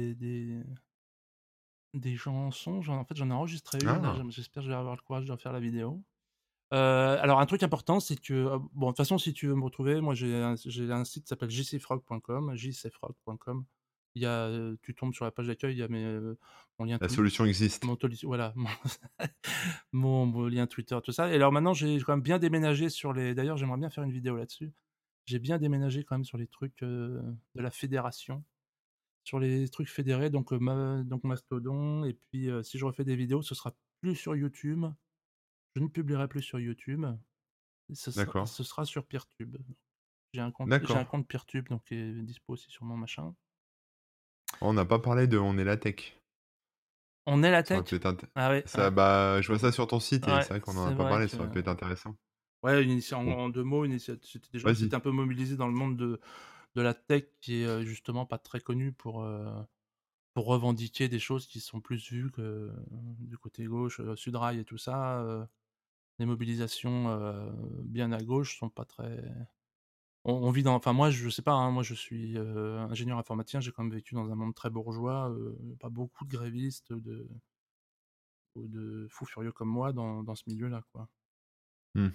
des chansons. En fait, j'en ai enregistré une, là, Ah! j'espère que je vais avoir le courage de refaire la vidéo. Alors un truc important, c'est que, bon, de toute façon, si tu veux me retrouver, moi j'ai un site qui s'appelle jcfrog.com, jcfrog.com. Tu tombes sur la page d'accueil, il y a mon lien La solution existe. voilà, mon lien Twitter, tout ça. Et alors maintenant, j'ai quand même bien déménagé d'ailleurs, j'aimerais bien faire une vidéo là-dessus. J'ai bien déménagé quand même sur les trucs, de la fédération, sur les trucs fédérés, donc Mastodon. Et puis, si je refais des vidéos, ce sera plus sur YouTube. Je ne publierai plus sur YouTube. D'accord. Ce sera sur Peertube. J'ai un D'accord. compte Peertube, donc qui est dispo aussi sur mon machin. On n'a pas parlé de On est la tech. On est la Ça aurait tech? pu être Ah ouais, ça, bah, je vois ça sur ton site et ouais, c'est vrai qu'on en a c'est pas vrai parlé, que ça aurait pu être intéressant. ouais, Bon, en 2 mots, c'était des gens qui vas-y. s'étaient un peu mobilisés dans le monde de la tech qui est, justement pas très connu pour revendiquer des choses qui sont plus vues que du côté gauche, Sudrail et tout ça, les mobilisations, bien à gauche sont pas très on vit enfin moi je sais pas, hein, moi je suis, ingénieur informaticien, j'ai quand même vécu dans un monde très bourgeois, pas beaucoup de grévistes, ou de fous furieux comme moi dans ce milieu-là, quoi. Mmh.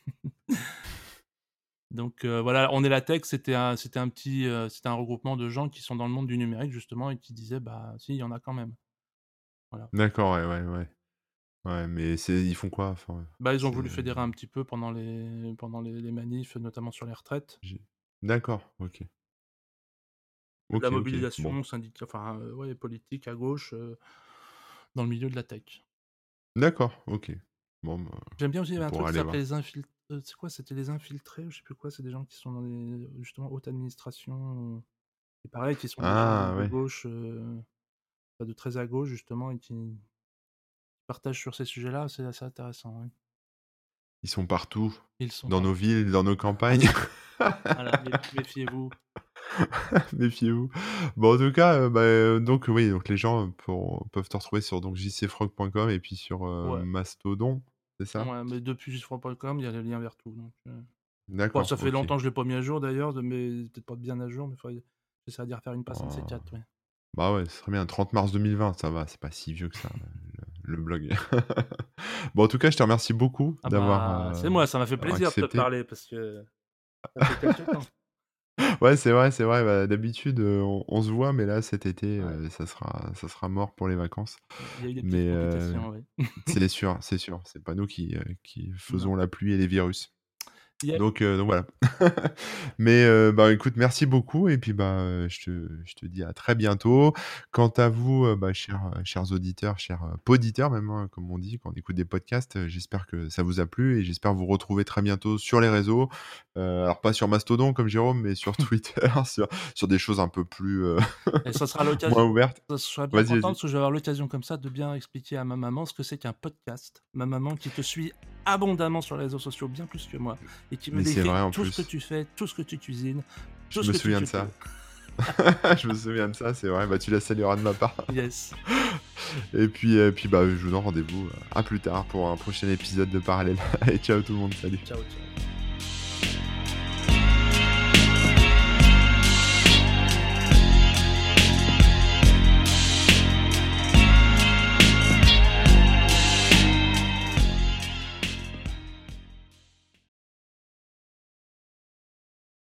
Donc voilà, On est la tech, c'était un regroupement de gens qui sont dans le monde du numérique justement et qui disaient: «Bah si, il y en a quand même». Voilà. D'accord, ouais, ouais, ouais. Ouais, mais ils font quoi? Enfin, Bah, ils ont c'est voulu fédérer un petit peu pendant les manifs, notamment sur les retraites. j'ai d'accord, OK. De la OK, OK. Bon, mobilisation syndicale, enfin, ouais, politique à gauche, dans le milieu de la tech. d'accord, OK. Bon, bah, J'aime bien aussi, il y on avait un truc pourra qui aller voir. s'appelait c'est quoi? C'était les infiltrés ou je sais plus quoi, c'est des gens qui sont dans les justement haute administration, et pareil, qui sont des gens Ah de ouais, gauche, bah, de très à gauche justement et qui partagent sur ces sujets-là, c'est assez intéressant, ouais. ils sont partout, Ils sont dans nos partout. villes, dans nos campagnes. Voilà, méfiez-vous. Méfiez-vous. Bon, en tout cas, bah, donc oui, donc les gens, peuvent te retrouver sur donc jcfrog.com et puis sur, Ouais, Mastodon, c'est ça? ouais, mais depuis jusefrog.com, il y a les liens vers tout, donc bon, D'accord, ça fait OK. longtemps que je l'ai pas mis à jour d'ailleurs, mais peut-être pas bien à jour, mais j'essaierai d'y refaire une passe, un de ces Oh, 4, ouais. bah, ouais, ce serait bien. 30 mars 2020, ça va, c'est pas si vieux que ça, le blog. Bon, en tout cas, je te remercie beaucoup Ah bah, c'est moi, ça m'a fait d'avoir plaisir de te accepté. parler parce que ça fait quelque temps. Ouais, c'est vrai, c'est vrai. Bah, d'habitude, on se voit, mais là, cet été, Ouais, ça sera mort pour les vacances. il y a eu des petites Mais, complications, ouais. c'est sûr, c'est sûr. C'est pas nous qui Non. faisons la pluie et les virus. Yep. Donc voilà. Mais, bah, écoute, merci beaucoup et puis, bah, je te dis à très bientôt. Quant à vous, bah, chers auditeurs, chers, poditeurs même, hein, comme on dit quand on écoute des podcasts, j'espère que ça vous a plu et j'espère vous retrouver très bientôt sur les réseaux. Alors pas sur Mastodon comme Jérôme, mais sur Twitter, sur des choses un peu plus, Et ça sera l'occasion. moins ouvertes. Je serais bien Vas-y, content vas-y. parce que je vais avoir l'occasion comme ça de bien expliquer à ma maman ce que c'est qu'un podcast. Ma maman qui te suit abondamment sur les réseaux sociaux, bien plus que moi, et qui me Mais c'est décrit vrai en tout ce que plus. tu fais, tout ce que tu cuisines, tout Je ce me que tu souviens de tutos. ça. Je me souviens de ça, c'est vrai. Bah, tu la salueras de ma part. Yes. Et puis, bah, je vous donne rendez-vous, à plus tard pour un prochain épisode de Parallèle. Allez, ciao tout le monde, salut. Ciao, ciao.